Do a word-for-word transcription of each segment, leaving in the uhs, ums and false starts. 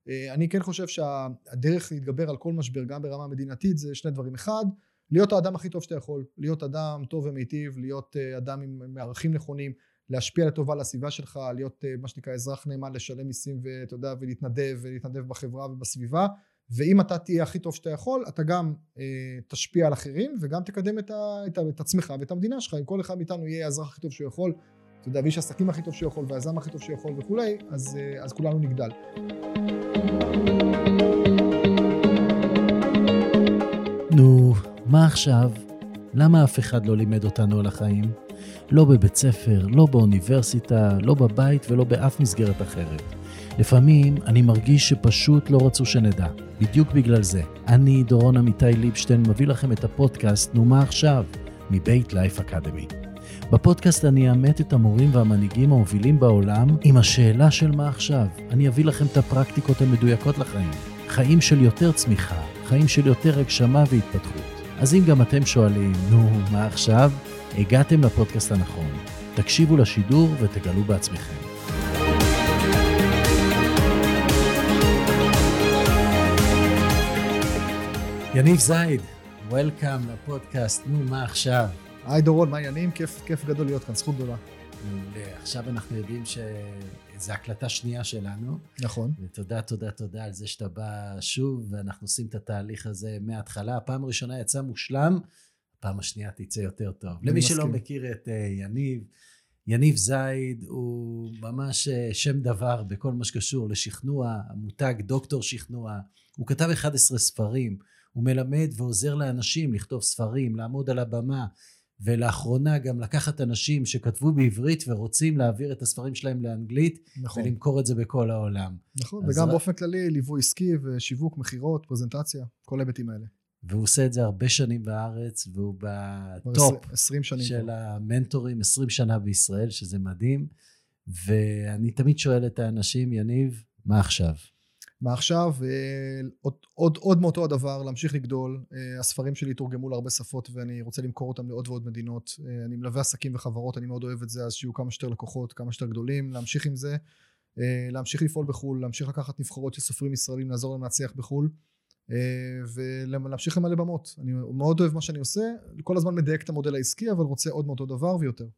אני כן חושב שהדרך להתגבר על כל משבר, גם ברמה מדינתית, זה שני דברים. אחד, להיות האדם הכי טוב שאתה יכול, להיות אדם טוב ומיטיב, להיות אדם עם ערכים נכונים, להשפיע לטובה לסביבה שלך, להיות מה שנקרא אזרח נאמן, לשלם מיסים ואתה יודע, ולהתנדב, ולהתנדב בחברה ובסביבה, ואם אתה תהיה הכי טוב שאתה יכול, אתה גם אה, תשפיע על אחרים, וגם תקדם את, ה, את, ה, את עצמך ואת המדינה שלך. אם כל אחד מאיתנו יהיה האזרח הכי טוב שהוא יכול, אתה יודע, ואיש עסקים הכי טוב שהוא יכול, והיזם הכי טוב שהוא יכול וכולי, אז, אה, אז כולנו נגדל. נו, מה עכשיו? למה אף אחד לא לימד אותנו על החיים? לא בבית ספר, לא באוניברסיטה, לא בבית ולא באף מסגרת אחרת. לפעמים אני מרגיש שפשוט לא רצו שנדע. בדיוק בגלל זה. אני, דורון אמיתי ליבשטיין, מביא לכם את הפודקאסט נו מה עכשיו, מבית לייף אקדמי. בפודקאסט אני אאמת את המורים והמנהיגים המובילים בעולם עם השאלה של מה עכשיו. אני אביא לכם את הפרקטיקות המדויקות לחיים. חיים של יותר צמיחה, חיים של יותר הגשמה והתפתחות. אז אם גם אתם שואלים, נו, מה עכשיו? הגעתם לפודקאסט הנכון. תקשיבו לשידור ותגלו בעצמכם. יניב זייד, וולקאם לפודקאסט, נו מה עכשיו? היי דורון, מה העניינים? כיף, כיף גדול להיות כאן, זכות גדולה. עכשיו אנחנו יודעים שזו הקלטה שנייה שלנו. נכון. ותודה, תודה, תודה על זה שאתה בא שוב, ואנחנו עושים את התהליך הזה מההתחלה. הפעם הראשונה יצא מושלם, הפעם השנייה תצא יותר טוב. למי שלא מכיר את יניב, יניב זייד הוא ממש שם דבר בכל מה שקשור לשכנוע, המותג דוקטור שכנוע. הוא כתב אחד עשר ספרים, הוא מלמד ועוזר לאנשים לכתוב ספרים, לעמוד על הבמה, ולאחרונה גם לקחת אנשים שכתבו בעברית ורוצים להעביר את הספרים שלהם לאנגלית, נכון. ולמכור את זה בכל העולם. נכון, וגם באופן כללי ליווי עסקי ושיווק, מחירות, פרזנטציה, כל ההיבטים האלה. והוא עושה את זה הרבה שנים בארץ, והוא בטופ של פה. המנטורים, עשרים שנה בישראל, שזה מדהים, ואני תמיד שואל את האנשים, יניב, מה עכשיו? מה עכשיו? עוד, עוד, עוד מאותו הדבר, להמשיך לגדול. הספרים שלי תורגמו להרבה שפות, ואני רוצה למכור אותם לעוד ועוד מדינות. אני מלווה עסקים וחברות, אני מאוד אוהב את זה, אז שיהיו כמה שיותר לקוחות, כמה שיותר גדולים, להמשיך עם זה, להמשיך לפעול בחול, להמשיך לקחת נבחרות של סופרים ישראלים, לעזור להם להצליח בחול, ולהמשיך למלא במות. אני מאוד אוהב מה שאני עושה, כל הזמן מדייק את המודל העסקי, אבל רוצה עוד מאותו דבר ויותר.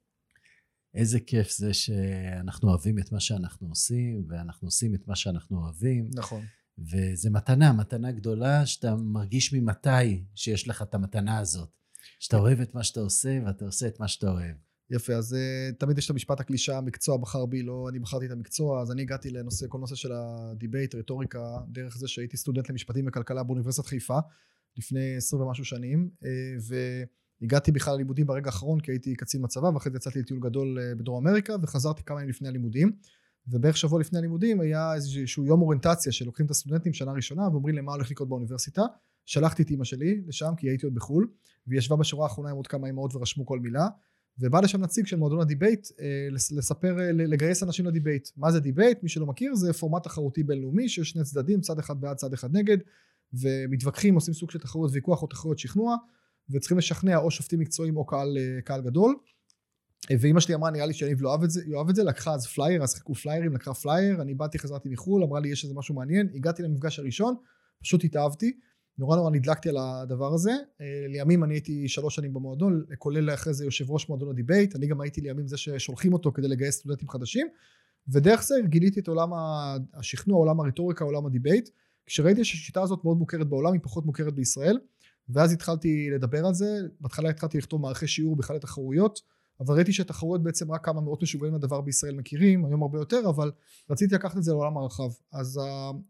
איזה כיף זה שאנחנו אוהבים את מה שאנחנו עושים, ואנחנו עושים את מה שאנחנו אוהבים. נכון. וזה מתנה, מתנה גדולה, שאתה מרגיש ממתי שיש לך את המתנה הזאת. שאתה אוהב את מה שאתה עושה, ואתה עושה את מה שאתה אוהב. יפה, אז תמיד יש את המשפט הקלישה, המקצוע בחר בי, לא אני בחרתי את המקצוע, אז אני הגעתי לנושא, כל נושא של הדיבייט, רטוריקה, דרך זה שהייתי סטודנט למשפטים וכלכלה באוניברסיטת חיפה, לפני עשרים ומשהו שנים, ו... הגעתי בכלל ללימודים ברגע האחרון, כי הייתי קצין בצבא, ואחרי זה יצאתי לטיול גדול בדרום אמריקה, וחזרתי כמה ימים לפני הלימודים, ובערך שבוע לפני הלימודים היה איזשהו יום אוריינטציה, שלוקחים את הסטודנטים שנה ראשונה, ואומרים להם מה הולך לקרות באוניברסיטה, שלחתי את אמא שלי לשם, כי הייתי עוד בחול, והיא ישבה בשורה האחרונה עם עוד כמה אמהות ורשמו כל מילה, ובא לשם נציג של מועדון הדיבייט, לספר, לגייס אנשים לדיבייט. מה זה דיבייט? מי שלא מכיר, זה פורמט תחרותי בינלאומי, שיש שני צדדים, צד אחד בעד, צד אחד נגד, ומתווכחים, עושים סוג של תחרות ויכוח או תחרות שכנוע, וצריכים לשכנע או שופטים מקצועיים או קהל, קהל גדול. ואמא שלי אמרה, נראה לי שאני לא אוהב את זה, לא אוהב את זה, לקחה אז פלייר, אז חכו פליירים, לקחה פלייר, אני באתי, חזרתי מחול, אמרה לי, יש איזה משהו מעניין, הגעתי למפגש הראשון, פשוט התאהבתי, נורא נורא נדלקתי על הדבר הזה, לימים אני הייתי שלוש שנים במועדון, כולל אחרי זה יושב ראש מועדון הדיבייט, אני גם הייתי לימים זה ששולחים אותו כדי לגייס סטודנטים חדשים, ודרך זה גיליתי את עולם השכנוע, עולם הרטוריקה, עולם הדיבייט, כשראיתי שהשיטה הזאת מאוד מוכרת בעולם, היא פחות מוכרת בישראל, ואז התחלתי לדבר על זה, בהתחלה התחלתי לכתוב מערכי שיעור בכלל לתחרויות, אבל ראיתי שהתחרויות בעצם רק כמה מאות משוגעים לדבר בישראל מכירים, היום הרבה יותר, אבל רציתי לקחת את זה לעולם הרחב. אז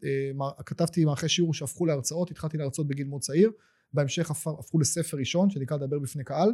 uh, כתבתי מערכי שיעור שהפכו להרצאות, התחלתי להרצאות בגיל מאוד צעיר, בהמשך הפכו לספר ראשון, שנקרא לדבר בפני קהל,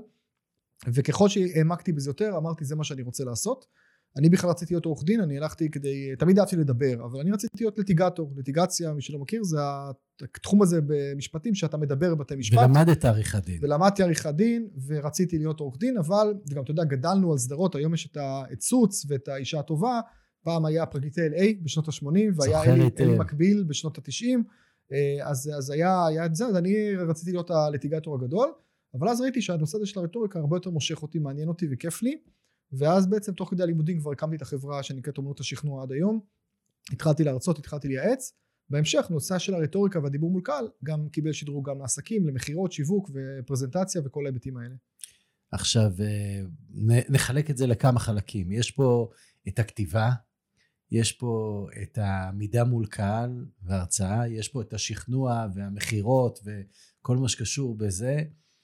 וככל שהעמקתי בזה יותר, אמרתי זה מה שאני רוצה לעשות. אני בכלל רציתי להיות עורך דין, אני הלכתי כדי, תמיד אהבתי לדבר, אבל אני רציתי להיות ליטיגטור. ליטיגציה, מי שלא מכיר, זה התחום הזה במשפטים שאתה מדבר בבתי משפט. ולמדת עריכת דין. ולמדתי עריכת דין, ורציתי להיות עורך דין, אבל גם אתה יודע, גדלנו על סדרות, היום יש את הצוץ ואת האישה הטובה, פעם היה פרקליטי אל איי בשנות ה-שמונים, והיה אלי, אלי מקביל בשנות ה-תשעים, אז, אז היה, היה את זה, אז אני רציתי להיות הליטיגטור הגדול, אבל אז ראיתי שהנושא הזה של הרטוריקה הרבה יותר מושך אותי, מעניין אותי וכיף לי, ואז בעצם תוך כדי הלימודים כבר הקמתי את החברה שנקראת אומנות השכנוע עד היום, התחלתי להרצות, התחלתי לייעץ, בהמשך, נושא של הרטוריקה והדיבור מול קהל, גם קיבל שדרוג גם לעסקים, למחירות, שיווק ופרזנטציה וכל ההיבטים האלה. עכשיו, נחלק את זה לכמה חלקים. יש פה את הכתיבה, יש פה את העמידה מול קהל וההרצאה, יש פה את השכנוע והמחירות וכל מה שקשור בזה,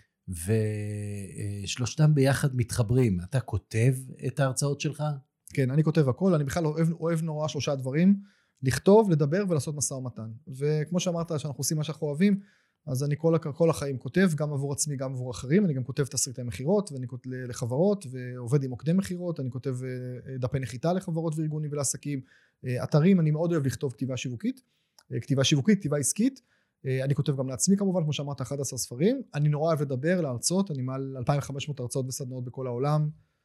ושלושתם ביחד מתחברים. אתה כותב את ההרצאות שלך? כן, אני כותב הכל, אני בכלל אוהב, אוהב נורא שלושה דברים, לכתוב, לדבר ולעשות משא ומתן. וכמו שאמרת שאנחנו עושים מה שאנחנו אוהבים, אז אני כל, כל החיים כותב, גם עבור עצמי, גם עבור אחרים, אני גם כותב תסריטי מחירות, ואני כותב לחברות, ועובד עם מוקדי מחירות, אני כותב דפי נחיתה לחברות וארגונים ולעסקים, אתרים, אני מאוד אוהב לכתוב כתיבה שיווקית, כתיבה שיווקית, כתיבה עסקית, אני כותב גם לעצמי כמובן, כמו שאמרת, אחד עשר ספרים, אני נורא אוהב לדבר להרצות, אני מעל אלפיים וחמש מאות הרצאות וסדנאות בכל העולם,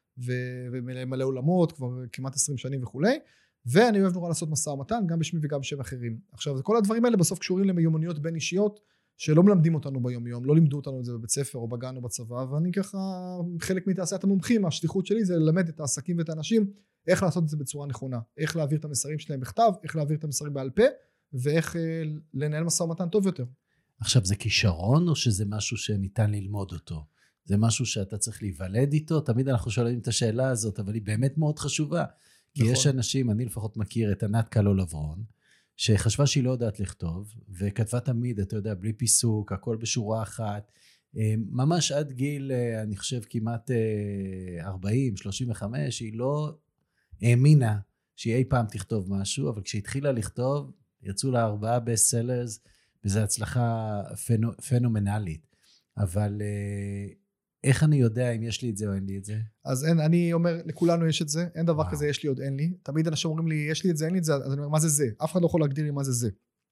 ומלא עולמות, כבר כמעט עשרים שנים וכולי, ואני אוהב נורא לעשות משא ומתן, גם בשמי וגם בשם אחרים. עכשיו, כל הדברים האלה בסוף קשורים למיומנויות בין אישיות, שלא מלמדים אותנו ביום יום, לא לימדו אותנו את זה בבית ספר או בגן או בצבא, ואני ככה, חלק מתעשיית המומחים, השליחות שלי זה ללמד את העסקים ואת האנשים, איך לעשות את זה בצורה נכונה, איך להעביר את המסרים שלהם בכתב, איך להעביר את המסרים בעל פה, ואיך לנהל משא ומתן טוב יותר. עכשיו, זה כישרון או שזה משהו שניתן ללמוד אותו? זה משהו שאתה צריך להיוולד איתו? תמיד אנחנו שואלים את השאלה הזאת, אבל היא באמת מאוד חשובה. כי נכון. יש אנשים, אני לפחות מכיר את ענת קלו לברון, שחשבה שהיא לא יודעת לכתוב, וכתבה תמיד, אתה יודע, בלי פיסוק, הכל בשורה אחת, ממש עד גיל, אני חושב, כמעט ארבעים, שלושים וחמש, היא לא האמינה שהיא אי פעם תכתוב משהו, אבל כשהתחילה לכתוב, יצאו לה ארבעה בסט סלרס, וזו הצלחה פנו, פנומנלית. אבל איך אני יודע אם יש לי את זה או אין לי את זה? אז אין, אני אומר, לכולנו יש את זה, אין דבר וואו. כזה יש לי עוד אין לי. תמיד אנשים אומרים לי, יש לי את זה, אין לי את זה, אז אני אומר, מה זה זה? אף אחד לא יכול להגדיר לי מה זה זה.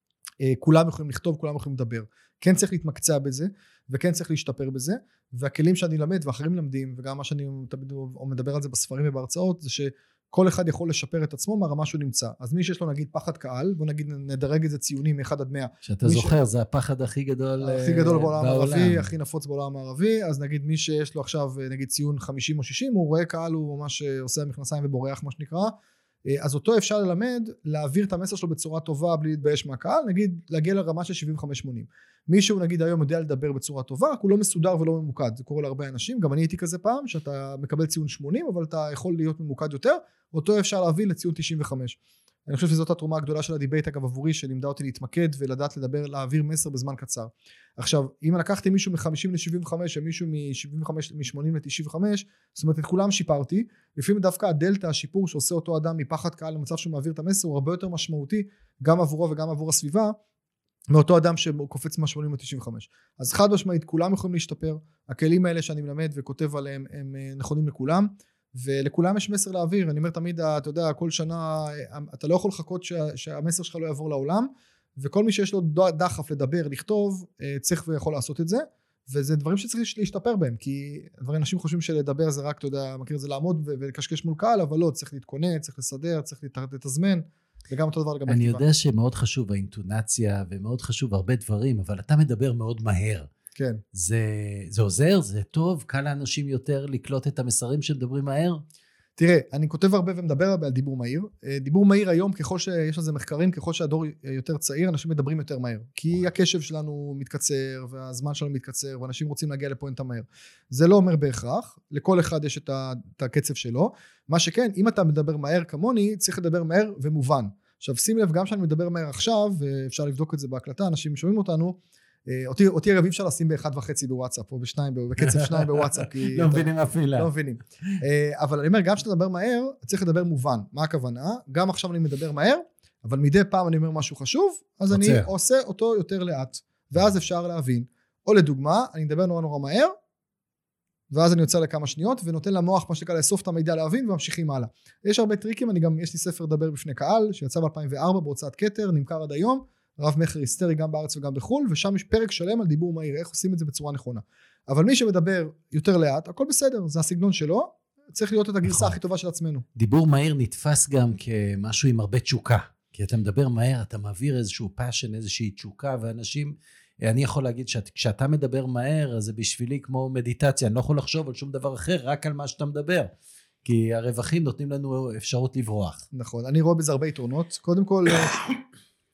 כולם יכולים לכתוב, כולם יכולים לדבר. כן צריך להתמקצע בזה, וכן צריך להשתפר בזה, והכלים שאני למד ואחרים למדים, וגם מה שאני תמיד מדבר על זה בספרים ובהרצאות, זה שכל אחד יכול לשפר את עצמו מהרמה שהוא נמצא. אז מי שיש לו נגיד פחד קהל, בוא נגיד נדרג את זה ציונים מ-אחד עד מאה. שאתה זוכר, ש... זה הפחד הכי גדול הכי גדול בעולם הערבי, הכי נפוץ בעולם הערבי, אז נגיד מי שיש לו עכשיו נגיד ציון חמישים או שישים, הוא רואה קהל, הוא ממש עושה מכנסיים ובורח מה שנקרא, אז אותו אפשר ללמד, להעביר את המסר שלו בצורה טובה, בלי להתבייש מהקהל, נגיד להגיע לרמה של שבעים וחמש שמונים. מישהו נגיד היום יודע לדבר בצורה טובה, הוא לא מסודר ולא ממוקד, זה קורה להרבה אנשים, גם אני הייתי כזה פעם, שאתה מקבל ציון שמונים, אבל אתה יכול להיות ממוקד יותר, אותו אפשר להביא לציון תשעים וחמש. אני חושב שזאת התרומה הגדולה של הדיבייט אגב עבורי, שלימדה אותי להתמקד ולדעת לדבר, להעביר מסר בזמן קצר. עכשיו, אם לקחתי מישהו מ-חמישים ל-שבעים וחמש, ומישהו מ-שמונים ל-תשעים וחמש, זאת אומרת, את כולם שיפרתי, לפעמים דווקא הדלטה, השיפור שעושה אותו אדם מפחד קהל למצב שהוא מעביר את המסר, הוא הרבה יותר משמעותי, גם עבורו וגם עבור הסביבה, מאותו אדם שקופץ מה-שמונים ל-תשעים וחמש. אז חד משמעית, כולם יכולים להשתפר, הכלים האלה שאני מלמד וכותב עליהם, הם נכונים לכולם, ולכולם יש מסר להעביר. אני אומר תמיד, אתה יודע, כל שנה, אתה לא יכול לחכות שה, שהמסר שלך לא יעבור לעולם, וכל מי שיש לו דחף לדבר, לכתוב, צריך ויכול לעשות את זה, וזה דברים שצריך להשתפר בהם, כי דברים אנשים חושבים שלדבר זה רק, אתה יודע, מכיר זה לעמוד ולקשקש מול קהל, אבל לא, צריך להתכונן, צריך לסדר, צריך לתזמן, וגם אותו דבר לגבי אני כתיבה. יודע שמאוד חשוב האינטונציה, ומאוד חשוב הרבה דברים, אבל אתה מדבר מאוד מהר. כן. זה, זה עוזר, זה טוב, קל לאנשים יותר לקלוט את המסרים שמדברים מהר? תראה, אני כותב הרבה ומדבר הרבה על דיבור מהיר. דיבור מהיר היום, ככל שיש לזה מחקרים, ככל שהדור יותר צעיר, אנשים מדברים יותר מהר. כי הקשב שלנו מתקצר, והזמן שלנו מתקצר, ואנשים רוצים להגיע לפואנטה מהר. זה לא אומר בהכרח, לכל אחד יש את הקצב שלו. מה שכן, אם אתה מדבר מהר כמוני, צריך לדבר מהר ומובן. עכשיו, שים לב, גם שאני מדבר מהר עכשיו, ואפשר לבדוק את זה בהקלטה, אנשים שומעים אותנו, אותי, אותי אגב אי אפשר לשים באחד וחצי בוואטסאפ, או בשניים, בקצב שניים בוואטסאפ. לא מבינים אפילו. לא מבינים. אבל אני אומר, גם שאתה מדבר מהר, צריך לדבר מובן. מה הכוונה? גם עכשיו אני מדבר מהר, אבל מדי פעם אני אומר משהו חשוב, אז אני עושה אותו יותר לאט, ואז אפשר להבין. או לדוגמה, אני מדבר נורא נורא מהר, ואז אני יוצא לכמה שניות, ונותן למוח מה שנקרא לאסוף את המידע להבין, וממשיכים הלאה. יש הרבה טריקים, אני גם, יש לי ספר דבר בפני קהל, שיצא ב-אלפיים וארבע בהוצאת כתר, נמכר עד היום, רב מחר היסטרי גם בארץ וגם בחול, ושם יש פרק שלם על דיבור מהיר, איך עושים את זה בצורה נכונה. אבל מי שמדבר יותר לאט, הכל בסדר, זה הסגנון שלו, צריך להיות את הגרסה הכי טובה של עצמנו. דיבור מהיר נתפס גם כמשהו עם הרבה תשוקה, כי אתה מדבר מהר, אתה מעביר איזשהו פאשן, איזושהי תשוקה, ואנשים, אני יכול להגיד שכשאתה מדבר מהר, אז זה בשבילי כמו מדיטציה, אני לא יכול לחשוב על שום דבר אחר, רק על מה שאתה מדבר. כי הרווחים נותנים לנו אפשרות לברוח. נכון, אני רואה בזה הרבה יתרונות. קודם כל,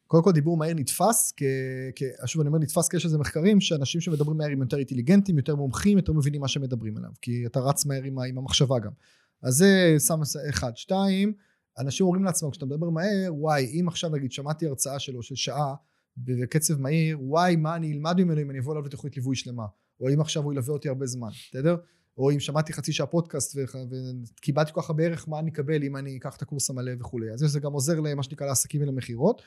קודם כל דיבור מהיר נתפס, שוב אני אומר נתפס כי יש איזה מחקרים, שאנשים שמדברים מהר הם יותר אינטליגנטים, יותר מומחים, יותר מבינים מה שמדברים עליו, כי אתה רץ מהר עם, עם המחשבה גם. אז זה שם אחד. שתיים, אנשים אומרים לעצמם, כשאתה מדבר מהר, וואי, אם עכשיו נגיד שמעתי הרצאה שלו של שעה, בקצב מהיר, וואי, מה אני אלמד ממנו אם אני אבוא אליו לתוכנית ליווי שלמה, או אם עכשיו הוא ילווה אותי הרבה זמן, בסדר? או אם שמעתי חצי שעה פודקאסט וקיבלתי ככה בערך מה אני אקבל אם אני אקח את הקורס המלא וכו'. אז זה גם עוזר למה שנקרא לעסקים ולמחירות.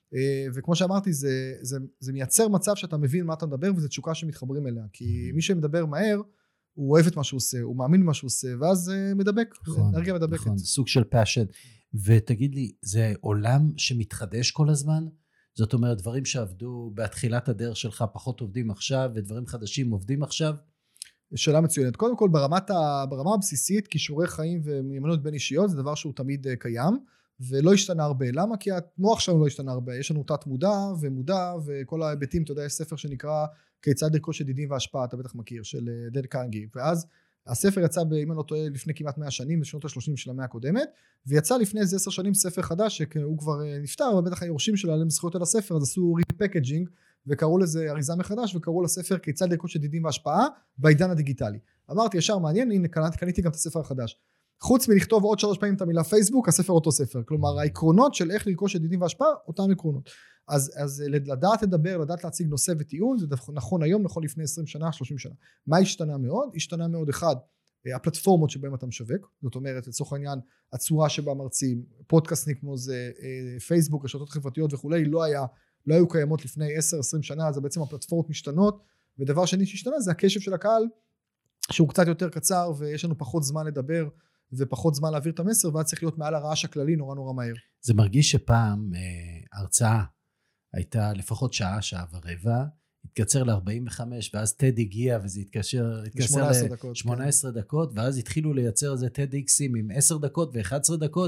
וכמו שאמרתי, זה, זה, זה מייצר מצב שאתה מבין מה אתה מדבר, וזו תשוקה שמתחברים אליה. כי מי שמדבר מהר, הוא אוהב את מה שהוא עושה, הוא מאמין במה שהוא עושה, ואז מדבק, אנרגיה מדבקת. נכון, זה סוג של passion. ותגיד לי, זה עולם שמתחדש כל הזמן? זאת אומרת, דברים שעבדו בתחילת הדרך שלך פחות עובדים עכשיו, ודברים חדשים עובדים עכשיו? שאלה מצוינת. קודם כל, ברמת ה, ברמה הבסיסית, כישורי חיים ומיומנות בין אישיות, זה דבר שהוא תמיד קיים, ולא השתנה הרבה. למה? כי המוח שלנו לא השתנה הרבה. יש לנו תת מודע ומודע, וכל ההיבטים, אתה יודע, יש ספר שנקרא כיצד לרכוש ידידים והשפעה, אתה בטח מכיר, של דל קרנגי. ואז הספר יצא, אם אני לא טועה, לפני כמעט מאה שנים, בשנות ה-שלושים של המאה הקודמת, ויצא לפני איזה עשר שנים ספר חדש, שהוא כבר נפטר, אבל בטח היורשים שלו עליהם זכויות על הספר, אז עשו ריפקג'ינג, וקראו לזה אריזה מחדש, וקראו לספר כיצד לרכוש ידידים והשפעה בעידן הדיגיטלי. אמרתי, ישר מעניין, הנה, קניתי גם את הספר החדש. חוץ מלכתוב עוד שלוש פעמים את המילה פייסבוק, הספר אותו ספר. כלומר, העקרונות של איך לרכוש ידידים והשפעה, אותם עקרונות. אז, אז לדעת לדבר, לדעת להציג נושא וטיעון, זה נכון היום, נכון לפני עשרים שנה, שלושים שנה. מה השתנה מאוד? השתנה מאוד אחד, הפלטפורמות שבהם אתה משווק, זאת אומרת, לצורך העניין, הצורה שבה מרצים, פודקאסטים כמו זה, פייסבוק, רשתות חברתיות וכולי, לא היה, לא היו קיימות לפני עשר עשרים שנה, אז בעצם הפלטפורמות משתנות, ודבר שני שהשתנה זה הקשב של הקהל, שהוא קצת יותר קצר, ויש לנו פחות זמן לדבר, ופחות זמן להעביר את המסר, ואז צריך להיות מעל הרעש הכללי נורא נורא מהר. זה מרגיש שפעם אה, הרצאה הייתה לפחות שעה, שעה ורבע, התקצר ל-ארבעים וחמש, ואז טד הגיע, וזה התקשר ל-שמונה עשרה דקות, ואז התחילו לייצר איזה טד איקסים עם עשר דקות ו-אחת עשרה דקות,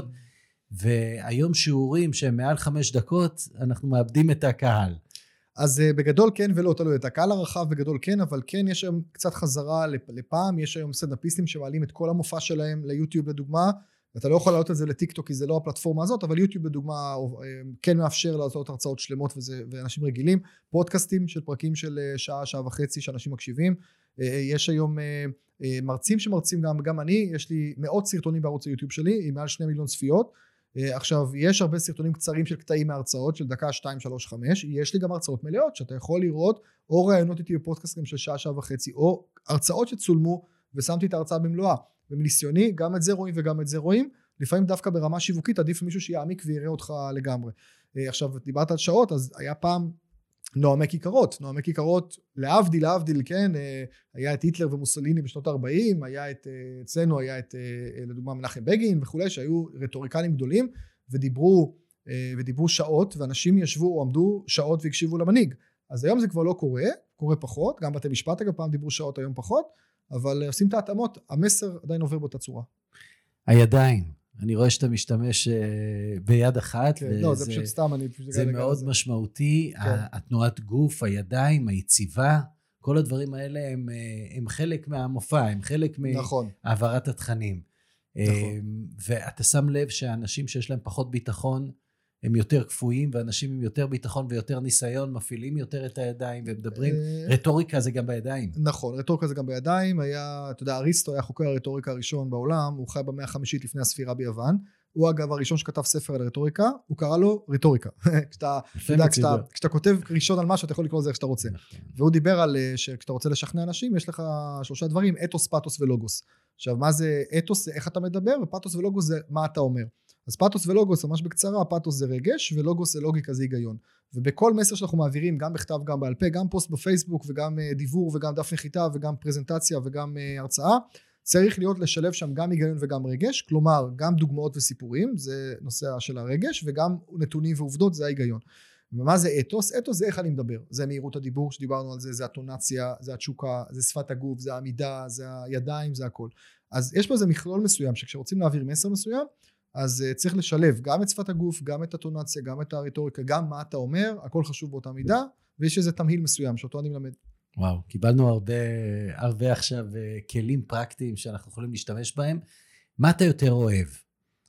והיום שיעורים שהם מעל חמש דקות, אנחנו מאבדים את הקהל. אז בגדול כן ולא, תלוי, את הקהל הרחב בגדול כן, אבל כן יש היום קצת חזרה לפעם, יש היום סטנדאפיסטים שמעלים את כל המופע שלהם ליוטיוב לדוגמה, ואתה לא יכול לעלות את זה לטיקטוק כי זה לא הפלטפורמה הזאת, אבל יוטיוב לדוגמה כן מאפשר לעשות הרצאות שלמות וזה, ואנשים רגילים, פודקאסטים של פרקים של שעה, שעה וחצי שאנשים מקשיבים, יש היום מרצים שמרצים גם, גם אני, יש לי מאות סרטונים בערוץ היוטיוב שלי, עם מעל שני מיליון צפיות, עכשיו יש הרבה סרטונים קצרים של קטעים מהרצאות של דקה, שתיים, שלוש, חמש, יש לי גם הרצאות מלאות שאתה יכול לראות, או ראיונות איתי בפודקאסטים של שעה, שעה וחצי, או הרצאות שצולמו ושמתי את ההרצאה במלואה, ומניסיוני גם את זה רואים וגם את זה רואים, לפעמים דווקא ברמה שיווקית עדיף מישהו שיעמיק ויראה אותך לגמרי. עכשיו דיברת על שעות, אז היה פעם נועמי כיכרות, נועמי כיכרות להבדיל, להבדיל, כן, היה את היטלר ומוסוליני בשנות ה-ארבעים, היה את, אצלנו היה את, לדוגמה, מנחם בגין וכולי, שהיו רטוריקנים גדולים, ודיברו, ודיברו שעות, ואנשים ישבו או עמדו שעות והקשיבו למנהיג. אז היום זה כבר לא קורה, קורה פחות, גם בתי משפט אגב פעם דיברו שעות, היום פחות, אבל עושים את ההתאמות, המסר עדיין עובר באותה צורה. הידיים. אני רואה שאתה משתמש ביד אחת. כן, לא, זה פשוט סתם. אני זה מאוד משמעותי. כן. התנועת גוף, הידיים, היציבה, כל הדברים האלה הם, הם חלק מהמופע, הם חלק נכון. מהעברת התכנים. נכון. ואתה שם לב שאנשים שיש להם פחות ביטחון, הם יותר כפויים, ואנשים עם יותר ביטחון ויותר ניסיון, מפעילים יותר את הידיים, ומדברים, רטוריקה זה גם בידיים. נכון, רטוריקה זה גם בידיים, היה, אתה יודע, אריסטו היה חוקר הרטוריקה הראשון בעולם, הוא חי במאה החמישית לפני הספירה ביוון, הוא אגב הראשון שכתב ספר על רטוריקה, הוא קרא לו רטוריקה. כשאתה, כשאתה, כשאתה, כשאתה כותב ראשון על משהו, אתה יכול לקרוא לזה איך שאתה רוצה. והוא דיבר על, שכשאתה רוצה לשכנע אנשים, יש לך שלושה דברים, אתוס, פאתוס ולוגוס. עכשיו, מה זה אתוס? זה איך אתה מדבר, ופאתוס ולוגוס זה מה אתה אומר. אז פאתוס ולוגוס, ממש בקצרה, פאתוס זה רגש, ולוגוס זה לוגיקה, זה היגיון. ובכל מסר שאנחנו מעבירים, גם בכתב, גם בעל פה, גם פוסט בפייסבוק, וגם דיבור, וגם דף נחיתה, וגם פרזנטציה, וגם הרצאה, צריך להיות לשלב שם גם היגיון וגם רגש, כלומר, גם דוגמאות וסיפורים, זה נושא של הרגש, וגם נתונים ועובדות, זה ההיגיון. ומה זה אתוס? אתוס זה איך אני מדבר, זה מהירות הדיבור שדיברנו על זה, זה הטונציה, זה התשוקה, זה שפת הגוף, זה העמידה, זה הידיים, זה הכל. אז יש פה איזה מכלול מסוים, שכשרוצים להעביר מסר מסוים, אז צריך לשלב גם את שפת הגוף, גם את הטונציה, גם את הרטוריקה, גם מה אתה אומר, הכל חשוב באותה מידה, ויש איזה תמהיל מסוים שאותו אני מלמד. וואו, קיבלנו הרבה, הרבה עכשיו כלים פרקטיים שאנחנו יכולים להשתמש בהם. מה אתה יותר אוהב?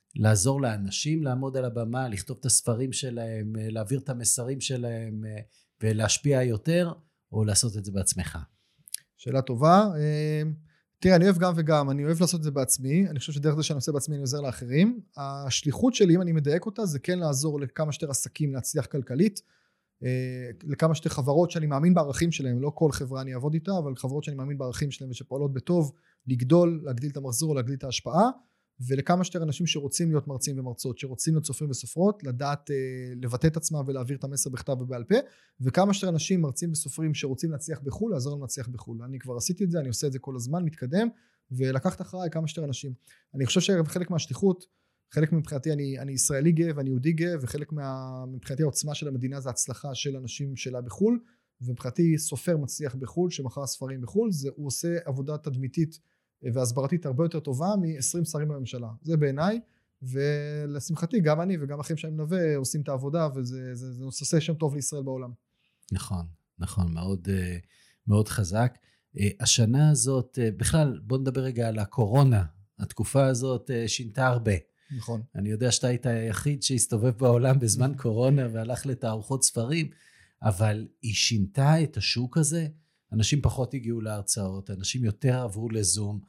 לעזור לאנשים לעמוד על הבמה, לכתוב את הספרים שלהם, להעביר את המסרים שלהם ולהשפיע יותר, או לעשות את זה בעצמך? שאלה טובה. תראה, אני אוהב גם וגם, אני אוהב לעשות את זה בעצמי, אני חושב שדרך זה שאני עושה בעצמי אני עוזר לאחרים. השליחות שלי, אם אני מדייק אותה, זה כן לעזור לכמה שיותר עסקים להצליח כלכלית, לכמה שיותר חברות שאני מאמין בערכים שלהם, לא כל חברה אני אעבוד איתה, אבל חברות שאני מאמין בערכים שלהם ושפועלות בטוב, לגדול, להגדיל את המחזור, להגדיל את ההשפעה, ולכמה שיותר אנשים שרוצים להיות מרצים ומרצות, שרוצים להיות סופרים וסופרות, לדעת לבטא את עצמם ולהעביר את המסר בכתב ובעל פה, וכמה שיותר אנשים מרצים וסופרים שרוצים להצליח בחול, לעזור להם להצליח בחול. אני כבר עשיתי את זה, אני עושה את זה כל הזמן, מתקדם, ולקחת אחריי כמה שיותר אנשים. אני חושב שחלק מהשליחות, חלק מבחינתי אני, אני ישראלי גאה ואני יהודי גאה, וחלק מה, מבחינתי העוצמה של המדינה זה הצלחה של אנשים שלה בחול, ומבחינתי סופר מצליח בחול, שמחר ספרים בחול, זה, הוא עושה עבודה תדמיתית והסברתית הרבה יותר טובה מ-עשרים שרים בממשלה. זה בעיניי, ולשמחתי גם אני וגם אחים שאני מלווה עושים את העבודה, וזה זה, זה עושה שם טוב לישראל בעולם. נכון, נכון, מאוד, מאוד חזק. השנה הזאת, בכלל בוא נדבר רגע על הקורונה, התקופה הזאת שינתה הרבה. נכון. אני יודע שאתה היית היחיד שהסתובב בעולם בזמן קורונה והלך לתערוכות ספרים, אבל היא שינתה את השוק הזה, אנשים פחות הגיעו להרצאות, אנשים יותר עברו לזום,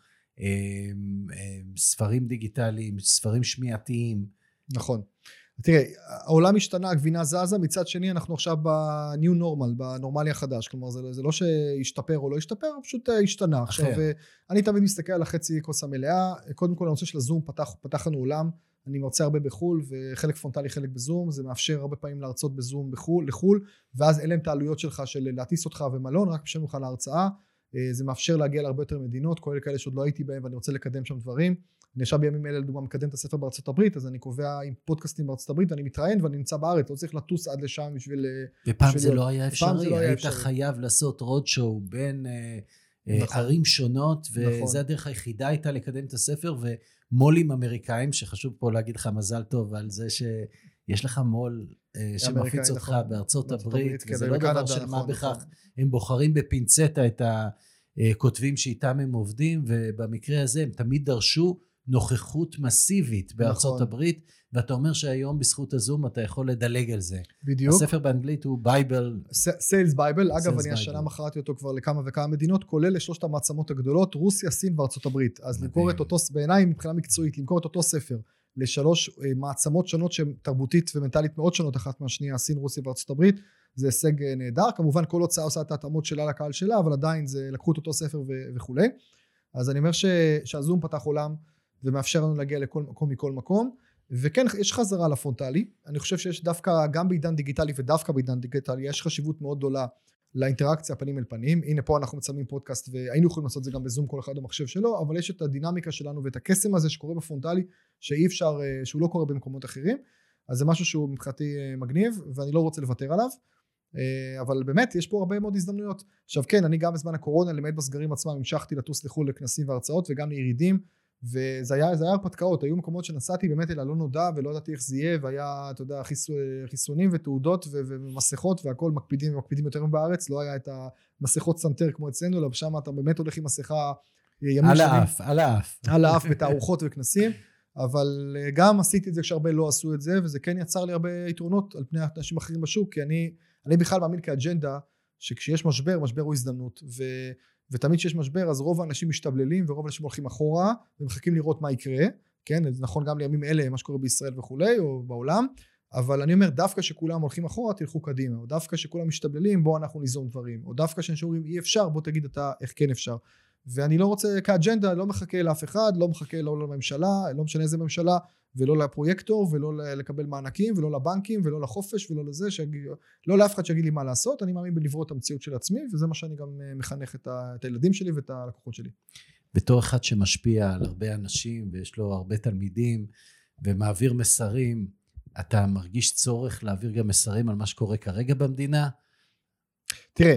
ספרים דיגיטליים, ספרים שמיעתיים. נכון. תראה, העולם השתנה, הגבינה זזה, מצד שני אנחנו עכשיו בניו נורמל, בנורמלי החדש, כלומר זה, זה לא שישתפר או לא ישתפר, פשוט השתנה. עכשיו, אני תמיד מסתכל על החצי כוס המלאה, קודם כל הנושא של הזום פתח, פתח לנו עולם, אני מרצה הרבה בחול, וחלק פרונטלי, חלק בזום, זה מאפשר הרבה פעמים להרצות בזום בחול, לחול, ואז אלה הם את העלויות שלך של להטיס אותך ומלון, רק משם לך להרצאה, זה מאפשר להגיע להרבה יותר מדינות, כולל כאלה שעוד לא הייתי בהם, ואני רוצה לקדם שם דברים. אני עכשיו בימים אלה לדוגמה מקדם את הספר בארצות הברית, אז אני קובע עם פודקאסטים בארצות הברית, ואני מתראיין ואני נמצא בארץ, לא צריך לטוס עד לשם בשביל... ופעם זה לא היה אפשרי, היית חייב לעשות רודשואו בין ערים שונות, וזה הדרך היחידה הייתה לקדם את הספר, ומולים אמריקאים, שחשוב פה להגיד לך מזל טוב על זה שיש לך מול שמפיץ אותך בארצות הברית, וזה לא דבר של מה בכך, הם בוחרים בפינצטה את הכותבים שאיתם הם עובדים, ובמקרה הזה הם תמיד דרשו נוכחות מסיבית בארצות נכון. הברית, ואתה אומר שהיום בזכות הזום אתה יכול לדלג על זה. בדיוק. הספר באנגלית הוא בייבל. סיילס בייבל, אגב אני השנה מכרתי אותו כבר לכמה וכמה מדינות, כולל לשלושת המעצמות הגדולות, רוסיה, סין וארצות הברית. אז למכור את אותו, בעיניי מבחינה מקצועית, למכור את אותו ספר לשלוש מעצמות שונות שהן תרבותית ומנטלית מאוד שונות אחת מהשנייה, סין, רוסיה וארצות הברית, זה הישג נהדר. כמובן כל הוצאה עושה את ההתאמות שלה לקהל שלה, אבל עדיין זה לקחו את אותו ספר וכו'. אז אני אומר ש, שהזום פתח עולם ומאפשר לנו להגיע לכל מקום מכל מקום, וכן יש חזרה לפרונטלי, אני חושב שיש דווקא גם בעידן דיגיטלי ודווקא בעידן דיגיטלי, יש חשיבות מאוד גדולה לאינטראקציה פנים אל פנים, הנה פה אנחנו מצלמים פודקאסט והיינו יכולים לעשות את זה גם בזום כל אחד במחשב שלו, אבל יש את הדינמיקה שלנו ואת הקסם הזה שקורה בפרונטלי, שאי אפשר, שהוא לא קורה במקומות אחרים, אז זה משהו שהוא מבחינתי מגניב ואני לא רוצה לוותר עליו, אבל באמת יש פה הרבה מאוד הזדמנויות. עכשיו כן, אני גם בזמן הקורונה למעט בסגרים עצמם המשכתי לטוס לחו"ל לכנסים והרצאות וגם לירידים, וזה היה, זה היה הרפתקאות, היו מקומות שנסעתי באמת אל הלא נודע ולא ידעתי איך זה יהיה, והיה, אתה יודע, חיסונים ותעודות ומסכות והכל מקפידים ומקפידים יותר בארץ, לא היה את המסכות סנטר כמו אצלנו, אלא שם אתה באמת הולך עם מסכה ימים על האף, על האף. על האף בתערוכות וכנסים, אבל גם עשיתי את זה כשהרבה לא עשו את זה, וזה כן יצר לי הרבה יתרונות על פני אנשים אחרים בשוק, כי אני, אני בכלל מאמין כאג'נדה, שכשיש משבר, משבר הוא הזדמנות, ו... ותמיד שיש משבר, אז רוב האנשים משתבללים, ורוב האנשים הולכים אחורה, ומחכים לראות מה יקרה, כן, זה נכון גם לימים אלה, מה שקורה בישראל וכולי, או בעולם, אבל אני אומר, דווקא שכולם הולכים אחורה, תלכו קדימה, או דווקא שכולם משתבללים, בוא אנחנו ניזום דברים, או דווקא שאומרים, אי אפשר, בוא תגיד אתה איך כן אפשר, ואני לא רוצה, כאג'נדה, לא מחכה לאף אחד, לא מחכה לא לממשלה, לא משנה איזה ממשלה, ולא לפרויקטור, ולא לקבל מענקים, ולא לבנקים, ולא לחופש, ולא לזה, שיגיד, לא לאף אחד שיגיד לי מה לעשות, אני מאמין בלברוא את המציאות של עצמי, וזה מה שאני גם מחנך את, ה, את הילדים שלי ואת הלקוחות שלי. בתור אחד שמשפיע על הרבה אנשים, ויש לו הרבה תלמידים, ומעביר מסרים, אתה מרגיש צורך להעביר גם מסרים על מה שקורה כרגע במדינה? תראה,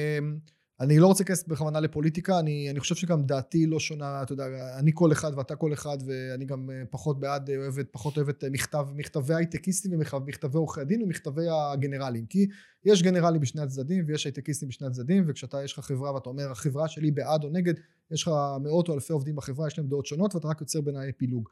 אני לא רוצה להיכנס בכוונה לפוליטיקה, אני, אני חושב שגם דעתי לא שונה, אתה יודע, אני כל אחד ואתה כל אחד, ואני גם פחות בעד, אוהבת, פחות אוהבת מכתב, מכתבי הייטקיסטים ומכתבי עורכי הדין ומכתבי הגנרלים, כי יש גנרלים בשני הצדדים ויש הייטקיסטים בשני הצדדים, וכשאתה יש לך חברה ואתה אומר, החברה שלי בעד או נגד, יש לך מאות או אלפי עובדים בחברה, יש להם דעות שונות, ואתה רק יוצר ביניי פילוג.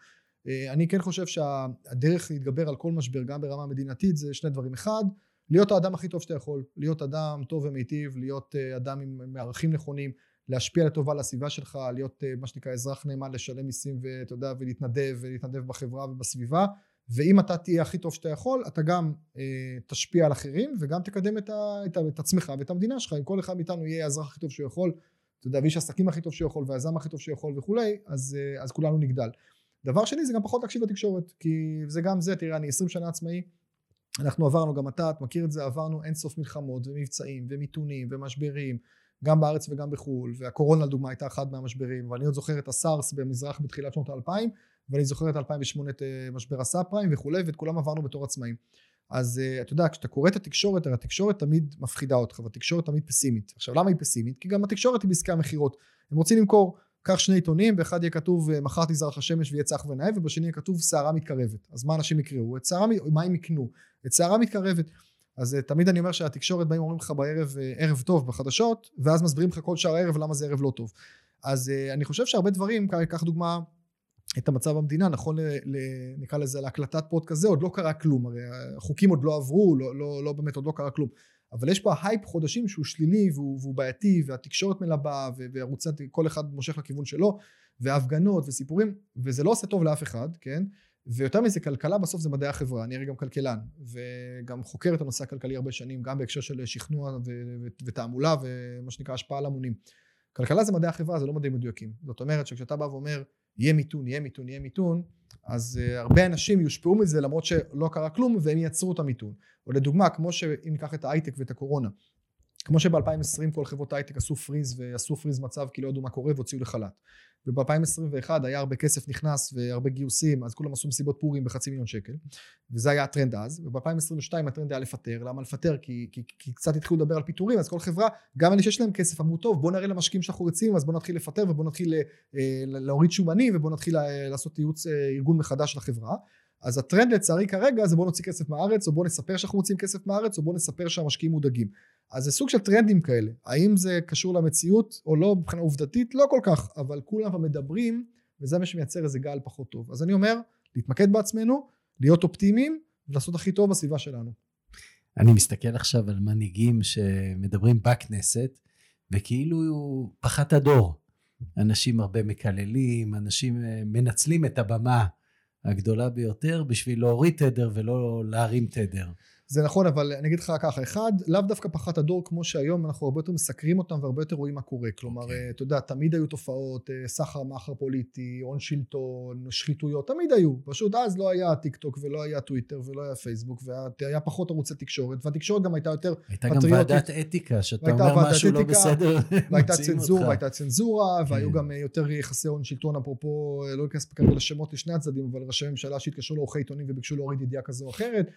אני כן חושב שהדרך להתגבר על כל משבר, גם ברמה מדינתית, זה שני דברים. אחד, להיות האדם הכי טוב שאתה יכול, להיות אדם טוב ומיטיב, להיות אדם עם מערכים נכונים, להשפיע לטובה לסביבה שלך, להיות מה שנקרא אזרח נאמן, לשלם מיסים ואתה יודע, ולהתנדב, ולהתנדב בחברה ובסביבה, ואם אתה תהיה הכי טוב שאתה יכול, אתה גם אה, תשפיע על אחרים, וגם תקדם את, ה, את, ה, את עצמך ואת המדינה שלך. אם כל אחד מאיתנו יהיה האזרח הכי טוב שהוא יכול, אתה יודע, ואיש עסקים הכי טוב שהוא יכול, והיזם הכי טוב שהוא יכול וכולי, אז, אה, אז כולנו נגדל. דבר שני, זה גם פחות להקשיב לתקשורת, כי זה גם זה, תראה, אני עשרים שנה עצמאי, אנחנו עברנו, גם אתה, את מכיר את זה, עברנו אין סוף מלחמות ומבצעים ומיתונים ומשברים, גם בארץ וגם בחול, והקורונה לדוגמה הייתה אחד מהמשברים, ואני עוד זוכר את הסארס במזרח בתחילת שנות האלפיים, ואני זוכר את אלפיים ושמונה את משבר הסאב-פריים וכולי, ואת כולם עברנו בתור עצמאים. אז אתה יודע, כשאתה קורא את התקשורת, הרי התקשורת תמיד מפחידה אותך, והתקשורת תמיד פסימית. עכשיו, למה היא פסימית? כי גם התקשורת היא בעסקי המחירות. הם רוצים למכור, קח שני עיתונים, באחד יהיה כתוב מחר תזרח השמש ויהיה צח ונאה, ובשני יהיה כתוב שערה מתקרבת. אז מה אנשים יקראו? את שערה, מה הם יקנו? את שערה מתקרבת. אז תמיד אני אומר שהתקשורת באים אומרים לך בערב, ערב טוב בחדשות, ואז מסבירים לך כל שער הערב למה זה ערב לא טוב. אז אני חושב שהרבה דברים, קח דוגמה את המצב במדינה, נכון, ל, נקרא לזה, להקלטת פוד כזה, עוד לא קרה כלום, הרי החוקים עוד לא עברו, לא, לא, לא באמת עוד לא קרה כלום, אבל יש פה הייפ חודשים שהוא שלילי, והוא, והוא בעייתי, והתקשורת מלבה, וערוצת, כל אחד מושך לכיוון שלו, והפגנות וסיפורים, וזה לא עושה טוב לאף אחד, כן, ויותר מזה, כלכלה בסוף זה מדעי החברה, אני הרי גם כלכלן, וגם חוקר את הנושא הכלכלי הרבה שנים, גם בהקשר של שכנוע ותעמולה, ומה שנקרא השפעה על המונים. כלכלה זה מדעי החברה, זה לא מדעים מדויקים. זאת אומרת שכשאתה בא ואומר, יהיה מיתון, יהיה מיתון, יהיה מיתון, אז uh, הרבה אנשים יושפעו מזה, למרות שלא קרה כלום, והם ייצרו את המיתון. או לדוגמה, כמו שאם ניקח את ההייטק ואת הקורונה, כמו שב-אלפיים ועשרים כל חברות ההייטק עשו פריז, ועשו פריז מצב כי לא ידעו מה קורה, והוציאו לחל"ת. וב-אלפיים עשרים ואחת היה הרבה כסף נכנס, והרבה גיוסים, אז כולם עשו מסיבות פורים בחצי מיליון שקל, וזה היה הטרנד אז, וב-אלפיים עשרים ושתיים הטרנד היה לפטר, למה לפטר? כי, כי, כי קצת התחילו לדבר על פיטורים, אז כל חברה, גם אלה שיש להם כסף, אמרו טוב, בוא נראה למשקיעים שאנחנו רצים, אז בוא נתחיל לפטר, ובוא נתחיל אה, להוריד שומנים, ובוא נתחיל אה, לעשות ייעוץ, אה, ארגון מחדש לחברה. אז הטרנד לצערי כרגע זה בוא נוציא כסף מהארץ, או בוא נספר שאנחנו מוצאים כסף מהארץ, או בוא נספר שהמשקיעים מודאגים. אז זה סוג של טרנדים כאלה. האם זה קשור למציאות או לא, מבחינה עובדתית? לא כל כך, אבל כולם מדברים, וזה מה שמייצר איזה גל פחות טוב. אז אני אומר, להתמקד בעצמנו, להיות אופטימיים, ולעשות הכי טוב בסביבה שלנו. אני מסתכל עכשיו על מנהיגים שמדברים בכנסת, וכאילו פחת הדור. אנשים הרבה מקללים, אנשים מנצלים את הבמה הגדולה ביותר, בשביל להוריד תדר ולא להרים תדר. זה נכון, אבל אני אגיד לך ככה, אחד, לאו דווקא פחת הדור, כמו שהיום אנחנו הרבה יותר מסקרים אותם, והרבה יותר רואים מה קורה, כלומר, okay. אתה יודע, תמיד היו תופעות, סחר מאחר פוליטי, הון שלטון, שחיתויות, תמיד היו, פשוט אז לא היה טיק טוק, ולא היה טוויטר, ולא היה פייסבוק, והיה פחות ערוצי תקשורת, והתקשורת גם הייתה יותר הייתה פטריוטית. הייתה גם ועדת אתיקה, שאתה אומר משהו לא בסדר, והייתה צנזורה, והייתה צנזורה, okay. והיו גם יותר יחסי הון שלטון, אפרופו, לא להיכנס כרגע לשמות לשני הצדדים, אבל ראשי ממשלה שהתקשרו לעורכי עיתונים וביקשו להוריד ידיעה כזו או אחרת,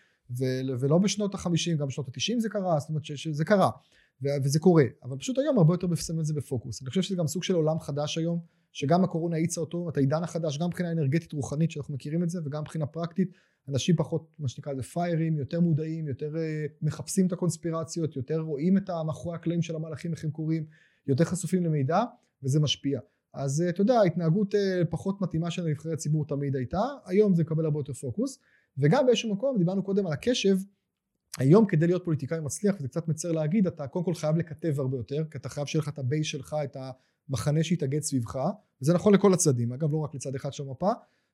ולא בשנות ה-חמישים, גם בשנות ה-תשעים זה קרה, זאת אומרת שזה קרה, וזה קורה, אבל פשוט היום הרבה יותר שמים את זה בפוקוס. אני חושב שזה גם סוג של עולם חדש היום, שגם הקורונה העיצה אותו, את העידן החדש, גם מבחינה אנרגטית רוחנית שאנחנו מכירים את זה, וגם מבחינה פרקטית, אנשים פחות, מה שנקרא, זה פיירים, יותר מודעים, יותר מחפשים את הקונספירציות, יותר רואים את מאחורי הקלעים של המהלכים, איך הם קורים, יותר חשופים למידע, וזה משפיע. אז אתה יודע, ההתנהגות פחות מתאימה של נבחרי הציבור תמיד הייתה, היום זה מקבל הרבה יותר פוקוס, וגם באיזשהו מקום, דיברנו קודם על הקשב, היום כדי להיות פוליטיקאי מצליח, וזה קצת מצר להגיד, אתה קודם כל חייב לכתב הרבה יותר, כי אתה חייב שיהיה לך את הבייס שלך, את המחנה שיתאגד סביבך, וזה נכון לכל הצדדים, אגב לא רק לצד אחד של המפה,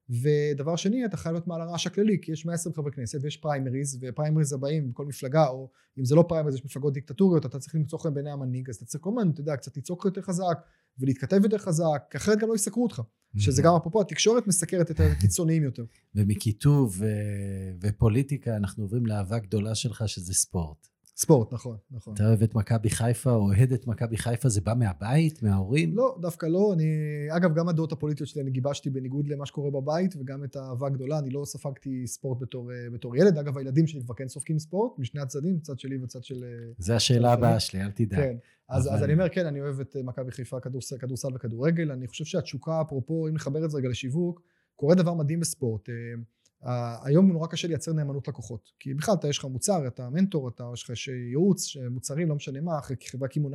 ודבר שני, אתה חייב להיות מעל הרעש הכללי, כי יש מאה ועשרים חברי כנסת, ויש פריימריז, ופריימריז הבאים בכל מפלגה, או אם זה לא פריימריז, יש מפלגות דיקטטוריות, אתה צריך למצוא חן בעיני המנהיג, אז אתה צריך כל הזמן, אתה יודע, קצת לצעוק יותר חזק, ולהתכתב יותר חזק, כי אחרת גם לא יסקרו אותך, שזה גם אפרופו, התקשורת מסקרת את הקיצוניים יותר. ומכיתוב ופוליטיקה, אנחנו עוברים לאהבה גדולה שלך, שזה ספורט. ספורט, נכון, נכון. אתה אוהב את מכבי חיפה, או אוהד את מכבי חיפה, זה בא מהבית, מההורים? לא, דווקא לא. אני, אגב, גם הדעות הפוליטיות שלי, אני גיבשתי בניגוד למה שקורה בבית, וגם את האהבה הגדולה, אני לא ספגתי ספורט בתור, בתור ילד. אגב, הילדים שלי כבר כן סופגים ספורט, משני הצדדים, צד שלי וצד של... זה השאלה הבאה שלי, אל תדאג. כן. אז, אבל... אז אני אומר, כן, אני אוהב את מכבי חיפה, כדורסל, כדורסל וכדורגל. אני חושב שהתשוקה, אפרופו, אם נחבר את זה רגע לשיווק, קורה דבר מדהים בספורט. היום נורא קשה לייצר נאמנות לקוחות, כי בכלל אתה יש לך מוצר, אתה מנטור, אתה יש לך ייעוץ, מוצרים, לא משנה מה, חברה קימונאית,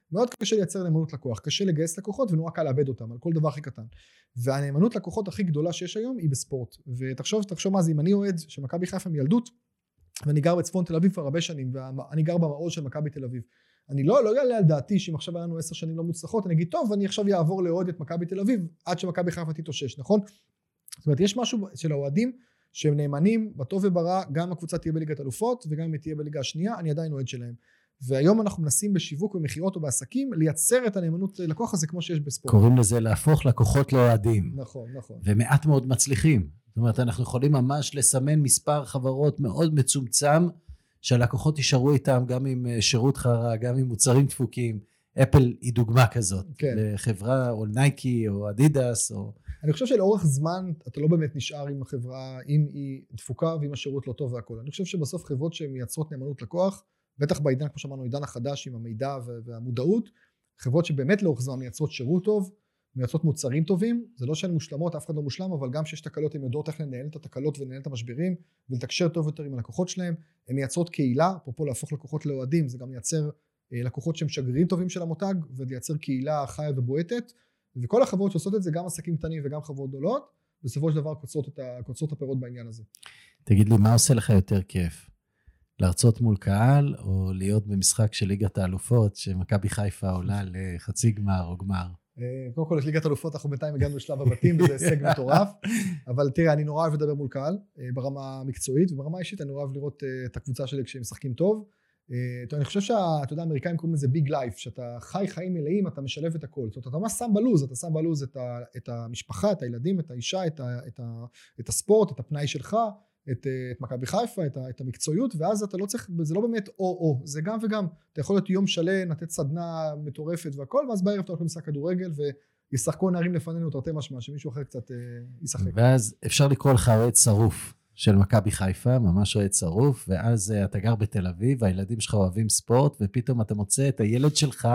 מאוד קשה לייצר נאמנות לקוח, קשה לגייס לקוחות ונורא קל לאבד אותם על כל דבר הכי קטן. והנאמנות לקוחות הכי גדולה שיש היום היא בספורט. ותחשוב, תחשוב מה זה, אם אני אוהד של מכבי חיפה מילדות, ואני גר בצפון תל אביב כבר הרבה שנים, ואני גר במעוז של מכבי תל אביב. אני לא, לא יעלה על דעתי שאם עכשיו היה לנו עשר שנים לא מוצלחות, אני אגיד, טוב, אני עכשיו יעבור לאוהד את מכבי תל אביב, עד שמכבי חיפה תתאושש, נכון? זאת אומרת, יש משהו של האוהדים שהם נאמנים בטוב וברע, גם הקבוצה תהיה בליגת אלופות, וגם אם היא תהיה בליגה השנייה, אני עדיין אוהד שלהם. והיום אנחנו מנסים בשיווק ומכירות או בעסקים, לייצר את הנאמנות לקוח הזה כמו שיש בספורט. קוראים לזה להפוך לקוחות לאוהדים. נכון, נכון. ומעט מאוד מצליחים. זאת אומרת, אנחנו יכולים ממש לסמן מספר חברות מאוד מצומצם, שהלקוחות יישארו איתם גם עם שירות חרה, גם עם מוצרים דפוקים. אפל היא דוגמה כזאת. כן. לחברה או נייקי או אדידס או... אני חושב שלאורך זמן אתה לא באמת נשאר עם החברה, אם היא דפוקה ואם השירות לא טוב והכל. אני חושב שבסוף חברות שמייצרות נאמנות לקוח, בטח בעידן, כמו שאמרנו, עידן החדש עם המידע והמודעות, חברות שבאמת לאורך זמן מייצרות שירות טוב, מייצרות מוצרים טובים, זה לא שהן מושלמות, אף אחד לא מושלם, אבל גם שיש תקלות, הן יודעות איך לנהל את התקלות ולנהל את המשברים, ולתקשר טוב יותר עם הלקוחות שלהם, הן מייצרות קהילה, אפרופו להפוך לקוחות לאוהדים, זה גם מייצר לקוחות שהם שגרירים טובים של המותג, ולייצר קהילה חיה ובועטת, וכל החברות שעושות את זה, גם עסקים קטנים וגם חברות גדולות, בסופו של דבר קוצרות את ה- קוצרות הפירות בעניין הזה. תגיד לי, מה עושה לך יותר כיף? להרצות מול קהל, או להיות במשחק של ליגת האלופות, שמכבי חיפה עולה לחצי גמר או גמר? קודם כל, את ליגת האלופות אנחנו בינתיים הגענו לשלב הבתים, וזה הישג מטורף, אבל תראה, אני נורא אוהב לדבר מול קהל, ברמה המקצועית, וברמה האישית אני נורא אוהב לראות את הקבוצה שלי כשהם משחקים טוב. אני חושב שאתה יודע, האמריקאים קוראים לזה ביג לייף, שאתה חי חיים מלאים, אתה משלב את הכל. זאת אומרת, אתה ממש שם בלוז, אתה שם בלוז את, ה, את המשפחה, את הילדים, את האישה, את, ה, את, ה, את הספורט, את הפנאי שלך, את, את מכבי חיפה, את, ה, את המקצועיות, ואז אתה לא צריך, זה לא באמת או-או, זה גם וגם. אתה יכול להיות יום שלם, לתת סדנה מטורפת והכל, ואז בערב אתה הולך למשחק כדורגל, וישחקו נערים לפנינו תרתי משמע, שמישהו אחר קצת אה, ישחק. ואז אפשר לקרוא לך אוהד שרוף של מכבי חיפה, ממש אוהד שרוף, ואז אתה גר בתל אביב, והילדים שלך אוהבים ספורט, ופתאום אתה מוצא את הילד שלך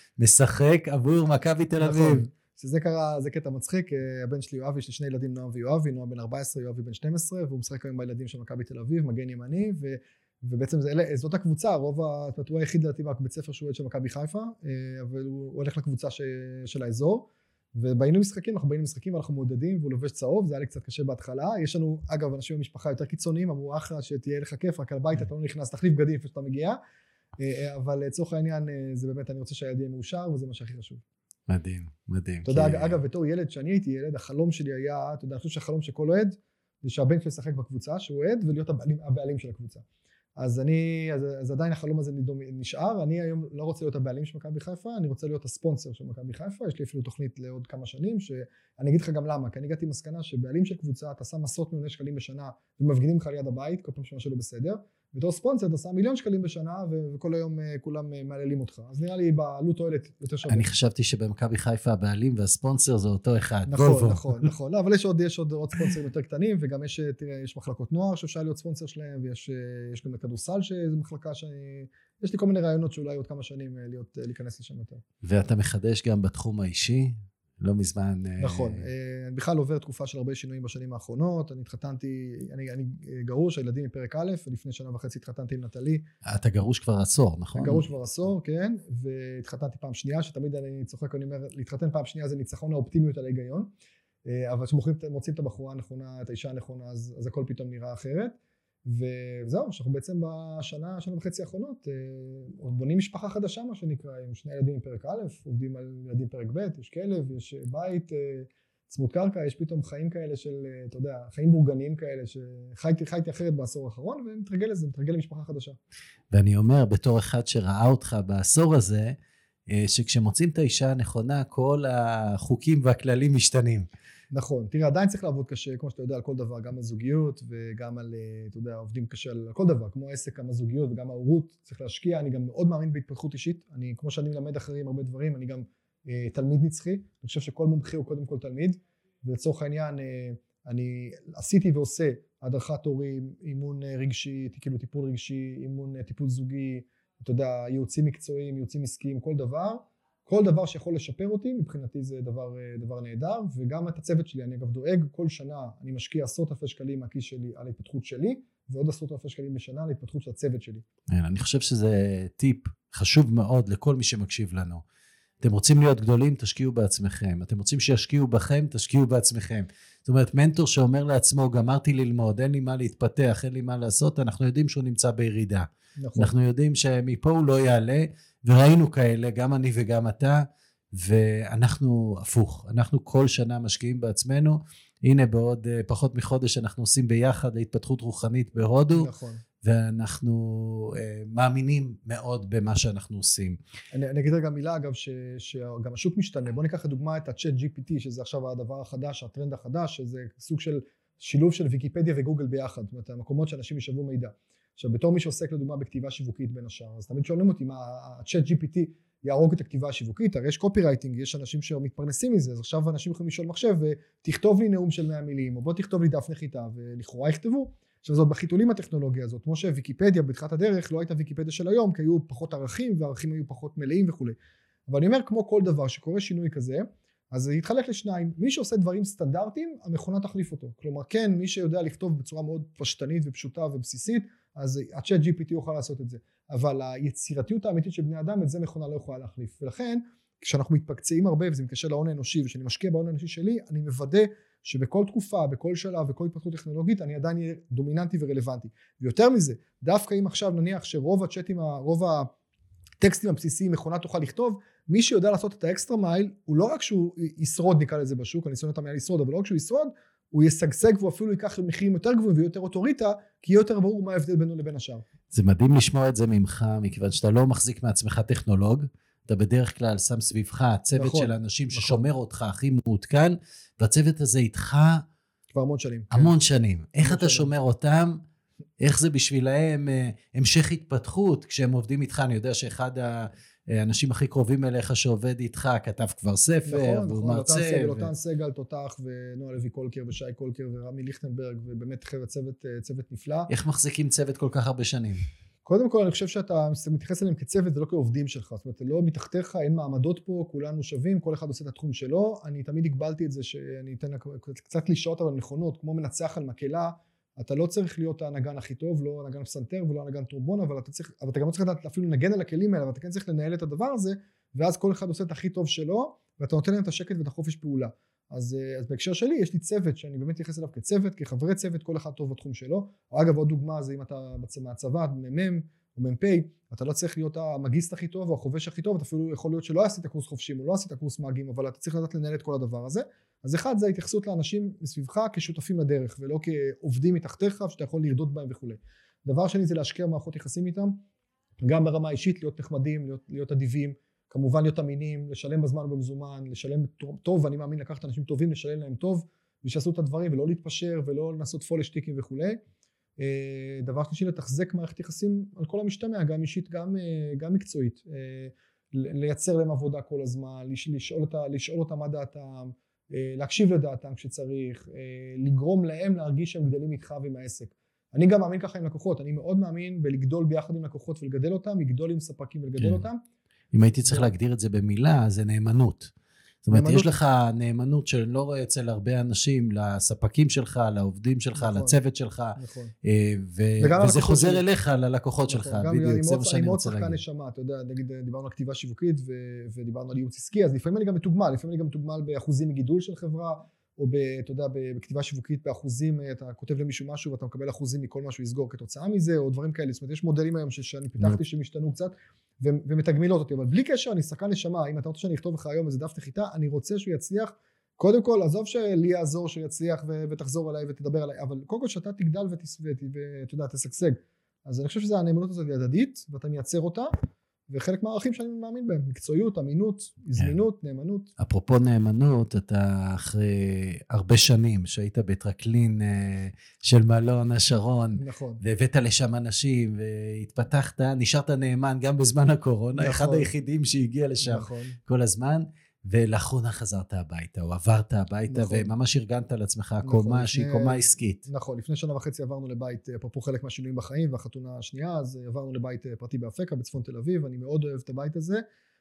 משחק עבור מכבי תל אביב. נכון. שזה קרה, זה קטע מצחיק, הבן שלי יואבי, יש לי שני ילדים, נועם ויואבי, נועם בן ארבע עשרה, יואבי בן שתים עשרה, והוא משחק היום בילדים של מכבי תל אביב, מגן ימני, ו, ובעצם זה, זאת הקבוצה, רוב, הוא היחיד לדעתי בבית ספר שהוא אוהד של מכבי חיפה, אבל הוא הולך לקבוצה ש, של האזור, ובאים למשחקים, אנחנו באים למשחקים ואנחנו מעודדים, והוא לובש צהוב, זה היה לי קצת קשה בהתחלה, יש לנו, אגב, אנשים במשפחה יותר קיצוניים, אמרו אחלה שתהיה לך כיף, רק על בית אתה לא נכנס, תחליף בגדים איפה שאתה מגיע, אבל לצורך העניין, זה באמת, אני רוצה שהילד יהיה מאושר, וזה מה שהכי חשוב. מדהים, מדהים. תודה, כי... אגב, בתור ילד, שאני הייתי ילד, החלום שלי היה, אתה יודע, אני חושב שהחלום של כל אוהד, זה שהבן שלי ישחק בקבוצה, שהוא אוהד, ולהיות הבעלים, הבעלים של הקבוצה. אז אני, אז, אז עדיין החלום הזה נשאר, אני היום לא רוצה להיות הבעלים של מכבי חיפה, אני רוצה להיות הספונסר של מכבי חיפה, יש לי אפילו תוכנית לעוד כמה שנים, שאני אגיד לך גם למה, כי אני הגעתי מסקנה שבעלים של קבוצה, אתה שם עשרות מיליוני שקלים בשנה, ומפגינים לך ליד הבית, כל פעם שמשהו לא בסדר, בתור ספונסר אתה שם מיליון שקלים בשנה, וכל היום כולם מעללים אותך, אז נראה לי בעלות תועלת יותר שווה. אני חשבתי שבמכבי חיפה הבעלים והספונסר זה אותו אחד. נכון, נכון, נכון, לא, אבל יש עוד, יש עוד, עוד ספונסרים יותר קטנים, וגם יש, תראה, יש מחלקות נוער שאפשר להיות ספונסר שלהם, ויש, יש גם לכדורסל שזו מחלקה שאני, יש לי כל מיני רעיונות שאולי עוד כמה שנים להיות, להיכנס לשם יותר. ואתה מחדש גם בתחום האישי? לא מזמן... נכון, אני בכלל עובר תקופה של הרבה שינויים בשנים האחרונות, אני התחתנתי, אני, אני גרוש, הילדים מפרק א', ולפני שנה וחצי התחתנתי עם נטלי. אתה גרוש כבר עשור, נכון? גרוש כבר עשור, כן, והתחתנתי פעם שנייה, שתמיד אני צוחק, אני אומר, להתחתן פעם שנייה זה ניצחון האופטימיות על ההיגיון, אבל כשמוצאים את הבחורה הנכונה, את האישה הנכונה, אז, אז הכל פתאום נראה אחרת, וזהו, שאנחנו בעצם בשנה, שנה וחצי האחרונות, בונים משפחה חדשה, מה שנקרא, עם שני ילדים מפרק א', עובדים על ילדים פרק ב', יש כלב, יש בית, צמוד קרקע, יש פתאום חיים כאלה של, אתה יודע, חיים בורגניים כאלה, שחייתי חייתי אחרת בעשור האחרון, ומתרגל לזה, מתרגל למשפחה חדשה. ואני אומר, בתור אחד שראה אותך בעשור הזה, שכשמוצאים את האישה הנכונה, כל החוקים והכללים משתנים. נכון, תראה, עדיין צריך לעבוד קשה, כמו שאתה יודע, על כל דבר, גם על זוגיות וגם על, אתה יודע, עובדים קשה על כל דבר, כמו עסק, גם הזוגיות וגם ההורות, צריך להשקיע, אני גם מאוד מאמין בהתפתחות אישית, אני, כמו שאני מלמד אחרים הרבה דברים, אני גם אה, תלמיד נצחי, אני חושב שכל מומחי הוא קודם כל תלמיד, ולצורך העניין, אה, אני עשיתי ועושה הדרכת הורים, אימון רגשי, כאילו טיפול רגשי, אימון טיפול זוגי, אתה יודע, ייעוצים מקצועיים, ייעוצים עסקיים, כל דבר, כל דבר שיכול לשפר אותי, מבחינתי זה דבר, דבר נהדר, וגם את הצוות שלי, אני אגב דואג, כל שנה אני משקיע עשרות אלפי שקלים מהכיס שלי על ההתפתחות שלי, ועוד עשרות אלפי שקלים בשנה על ההתפתחות של הצוות שלי. אני חושב שזה טיפ חשוב מאוד לכל מי שמקשיב לנו. אתם רוצים להיות גדולים, תשקיעו בעצמכם. אתם רוצים שישקיעו בכם, תשקיעו בעצמכם. זאת אומרת, מנטור שאומר לעצמו, גמרתי ללמוד, אין לי מה להתפתח, אין לי מה לעשות, אנחנו יודעים שהוא נמצא בירידה. נכון. אנחנו יודעים שמפה הוא לא יעלה, וראינו כאלה, גם אני וגם אתה, ואנחנו הפוך. אנחנו כל שנה משקיעים בעצמנו. הנה בעוד פחות מחודש אנחנו עושים ביחד להתפתחות רוחנית בהודו. נכון. ואנחנו uh, מאמינים מאוד במה שאנחנו עושים. אני, אני אגיד רגע מילה אגב, ש, שגם השוק משתנה. בוא ניקח לדוגמה את ה-צ'אט ג'י פי טי, שזה עכשיו הדבר החדש, הטרנד החדש, שזה סוג של שילוב של ויקיפדיה וגוגל ביחד, זאת אומרת, המקומות שאנשים ישבו מידע. עכשיו, בתור מי שעוסק לדוגמה בכתיבה שיווקית בין השאר, אז תמיד שואלים אותי מה ה-צ'אט ג'י פי טי יהרוג את הכתיבה השיווקית, הרי יש קופי רייטינג, יש אנשים שמתפרנסים מזה, אז עכשיו אנשים יכולים לשאול מחשב, ותכתוב לי נאום של מאה מילים, או בוא תכתוב לי דף נחיתה, ולכאורה יכתבו. עכשיו זאת בחיתולים הטכנולוגיה הזאת, כמו שוויקיפדיה בתחילת הדרך לא הייתה ויקיפדיה של היום, כי היו פחות ערכים, והערכים היו פחות מלאים וכו'. אבל אני אומר, כמו כל דבר שקורה שינוי כזה, אז זה יתחלק לשניים. מי שעושה דברים סטנדרטיים, המכונה תחליף אותו. כלומר, כן, מי שיודע לכתוב בצורה מאוד פשטנית ופשוטה ובסיסית, אז ה-צ'אט ג'י פי טי יוכל לעשות את זה. אבל היצירתיות האמיתית של בני אדם, את זה מכונה לא יכולה להחליף. ולכן, כשאנחנו מתפקצעים הרבה, וזה מתקשר להון האנושי, ושאני משקיע בהון האנושי שלי, אני מוודא שבכל תקופה, בכל שלב, בכל התפתחות טכנולוגית, אני עדיין אהיה דומיננטי ורלוונטי. ויותר מזה, דווקא אם עכשיו נניח שרוב הצ'אטים, רוב הטקסטים הבסיסיים מכונה תוכל לכתוב, מי שיודע לעשות את האקסטרה מייל, הוא לא רק שהוא ישרוד, נקרא לזה בשוק, אני שונא את המילה לשרוד, אבל לא רק שהוא ישרוד, הוא יסגסג והוא אפילו ייקח מחירים יותר גבוהים ויותר אוטוריטה, כי יהיה יותר ברור מה ההבדל בינו לבין השאר. זה מדהים לשמוע את זה ממך, מכיוון שאתה לא מחזיק מעצמך טכנולוג, אתה בדרך כלל שם סביבך צוות נכון, של אנשים נכון. ששומר אותך הכי מעודכן, והצוות הזה איתך כבר המון שנים. המון כן. שנים. איך אתה שנים. שומר אותם? איך זה בשבילהם המשך התפתחות? כשהם עובדים איתך, אני יודע שאחד האנשים הכי קרובים אליך שעובד איתך, כתב כבר ספר, נכון, והוא נכון, מרצה. סגל, ו... אותן סגל, תותח, ונועה לוי קולקר, ושי קולקר, ורמי ליכטנברג, ובאמת חבר'ה צוות, צוות נפלא. איך מחזיקים צוות כל כך הרבה שנים? קודם כל אני חושב שאתה מתייחס אליהם כצוות, זה לא כעובדים שלך, זאת אומרת, לא מתחתיך, אין מעמדות פה, כולנו שווים, כל אחד עושה את התחום שלו, אני תמיד הגבלתי את זה שאני אתן קצת לישאות על הנכונות, כמו מנצח על מקהלה, אתה לא צריך להיות הנגן הכי טוב, לא הנגן פסנתר ולא הנגן טרומבון, אבל אתה צריך, אבל אתה גם לא צריך אפילו לנגן על הכלים האלה, אבל אתה כן צריך לנהל את הדבר הזה, ואז כל אחד עושה את הכי טוב שלו, ואתה נותן להם את השקט ואת החופש פעולה. אז, אז בהקשר שלי, יש לי צוות שאני באמת מתייחס אליו כצוות, כחברי צוות, כל אחד טוב בתחום שלו. אגב, עוד דוגמה זה אם אתה מהצבא, מ"מ או מ"פ, אתה לא צריך להיות המגיסט הכי טוב או החובש הכי טוב, אתה אפילו יכול להיות שלא עשית קורס חופשים או לא עשית קורס מאגים, אבל אתה צריך לדעת לנהל את כל הדבר הזה. אז אחד, זה ההתייחסות לאנשים מסביבך כשותפים לדרך, ולא כעובדים מתחתיך, שאתה יכול לרדות בהם וכו'. דבר שני זה להשקיע מערכות יחסים איתם, גם ברמה האישית, להיות נחמדים, להיות, להיות אדיבים, כמובן להיות אמינים, לשלם בזמן ובמזומן, לשלם טוב, ואני מאמין לקחת אנשים טובים, לשלם להם טוב, ושעשו את הדברים, ולא להתפשר, ולא לנסות פולש טיקים וכו'. דבר שלישי, לתחזק מערכת יחסים על כל המשתמע, גם אישית, גם, גם מקצועית. לייצר להם עבודה כל הזמן, לשאול אותה, לשאול אותה מה דעתם, להקשיב לדעתם כשצריך, לגרום להם להרגיש שהם גדלים איתך ועם העסק. אני גם מאמין ככה עם לקוחות, אני מאוד מאמין בלגדול ביחד עם לקוחות ולגדל אותם, לגדול עם ספקים ולגדל אותם. אם הייתי צריך להגדיר את זה במילה, זה נאמנות. זאת אומרת, יש לך נאמנות שאני לא רואה אצל הרבה אנשים, לספקים שלך, לעובדים שלך, לצוות שלך, וזה חוזר אליך, ללקוחות שלך. אני מאוד שחקן נשמה, אתה יודע, נגיד דיברנו על כתיבה שיווקית, ודיברנו על ייעוץ עסקי, אז לפעמים אני גם מתוגמל, לפעמים אני גם מתוגמל באחוזים מגידול של חברה, או אתה יודע, בכתיבה שיווקית באחוזים, אתה כותב למישהו משהו, ואתה מקבל אחוזים מכל מה שהוא יסגור כתוצאה מזה, או דברים כאלה. זאת אומרת, יש מודלים היום שאני פיתחתי שמשתנו קצת, ומתגמילות אותי, אבל בלי קשר, אני שחקן נשמה, אם אתה רוצה שאני אכתוב לך היום איזה דף נחיתה, אני רוצה שהוא יצליח, קודם כל, עזוב שלי יעזור שהוא יצליח ותחזור אליי ותדבר אליי, אבל קודם כל שאתה תגדל ואתה יודע, תשגשג. אז אני חושב שזה הנאמנות הזאת הדדית, ואתה מייצר אותה, וחלק מהערכים שאני מאמין בהם, מקצועיות, אמינות, זמינות, נאמנות. אפרופו נאמנות, אתה אחרי הרבה שנים שהיית בטרקלין של מלון השרון, נכון. והבאת לשם אנשים, והתפתחת, נשארת נאמן גם בזמן הקורונה, נכון. אחד היחידים שהגיע לשם נכון. כל הזמן, ולאחרונה חזרת הביתה, או עברת הביתה, נכון. וממש ארגנת לעצמך נכון, קומה לפני, שהיא קומה עסקית. נכון, לפני שנה וחצי עברנו לבית, אפרופו חלק מהשינויים בחיים, והחתונה השנייה, אז עברנו לבית פרטי באפקה, בצפון תל אביב, אני מאוד אוהב את הבית הזה.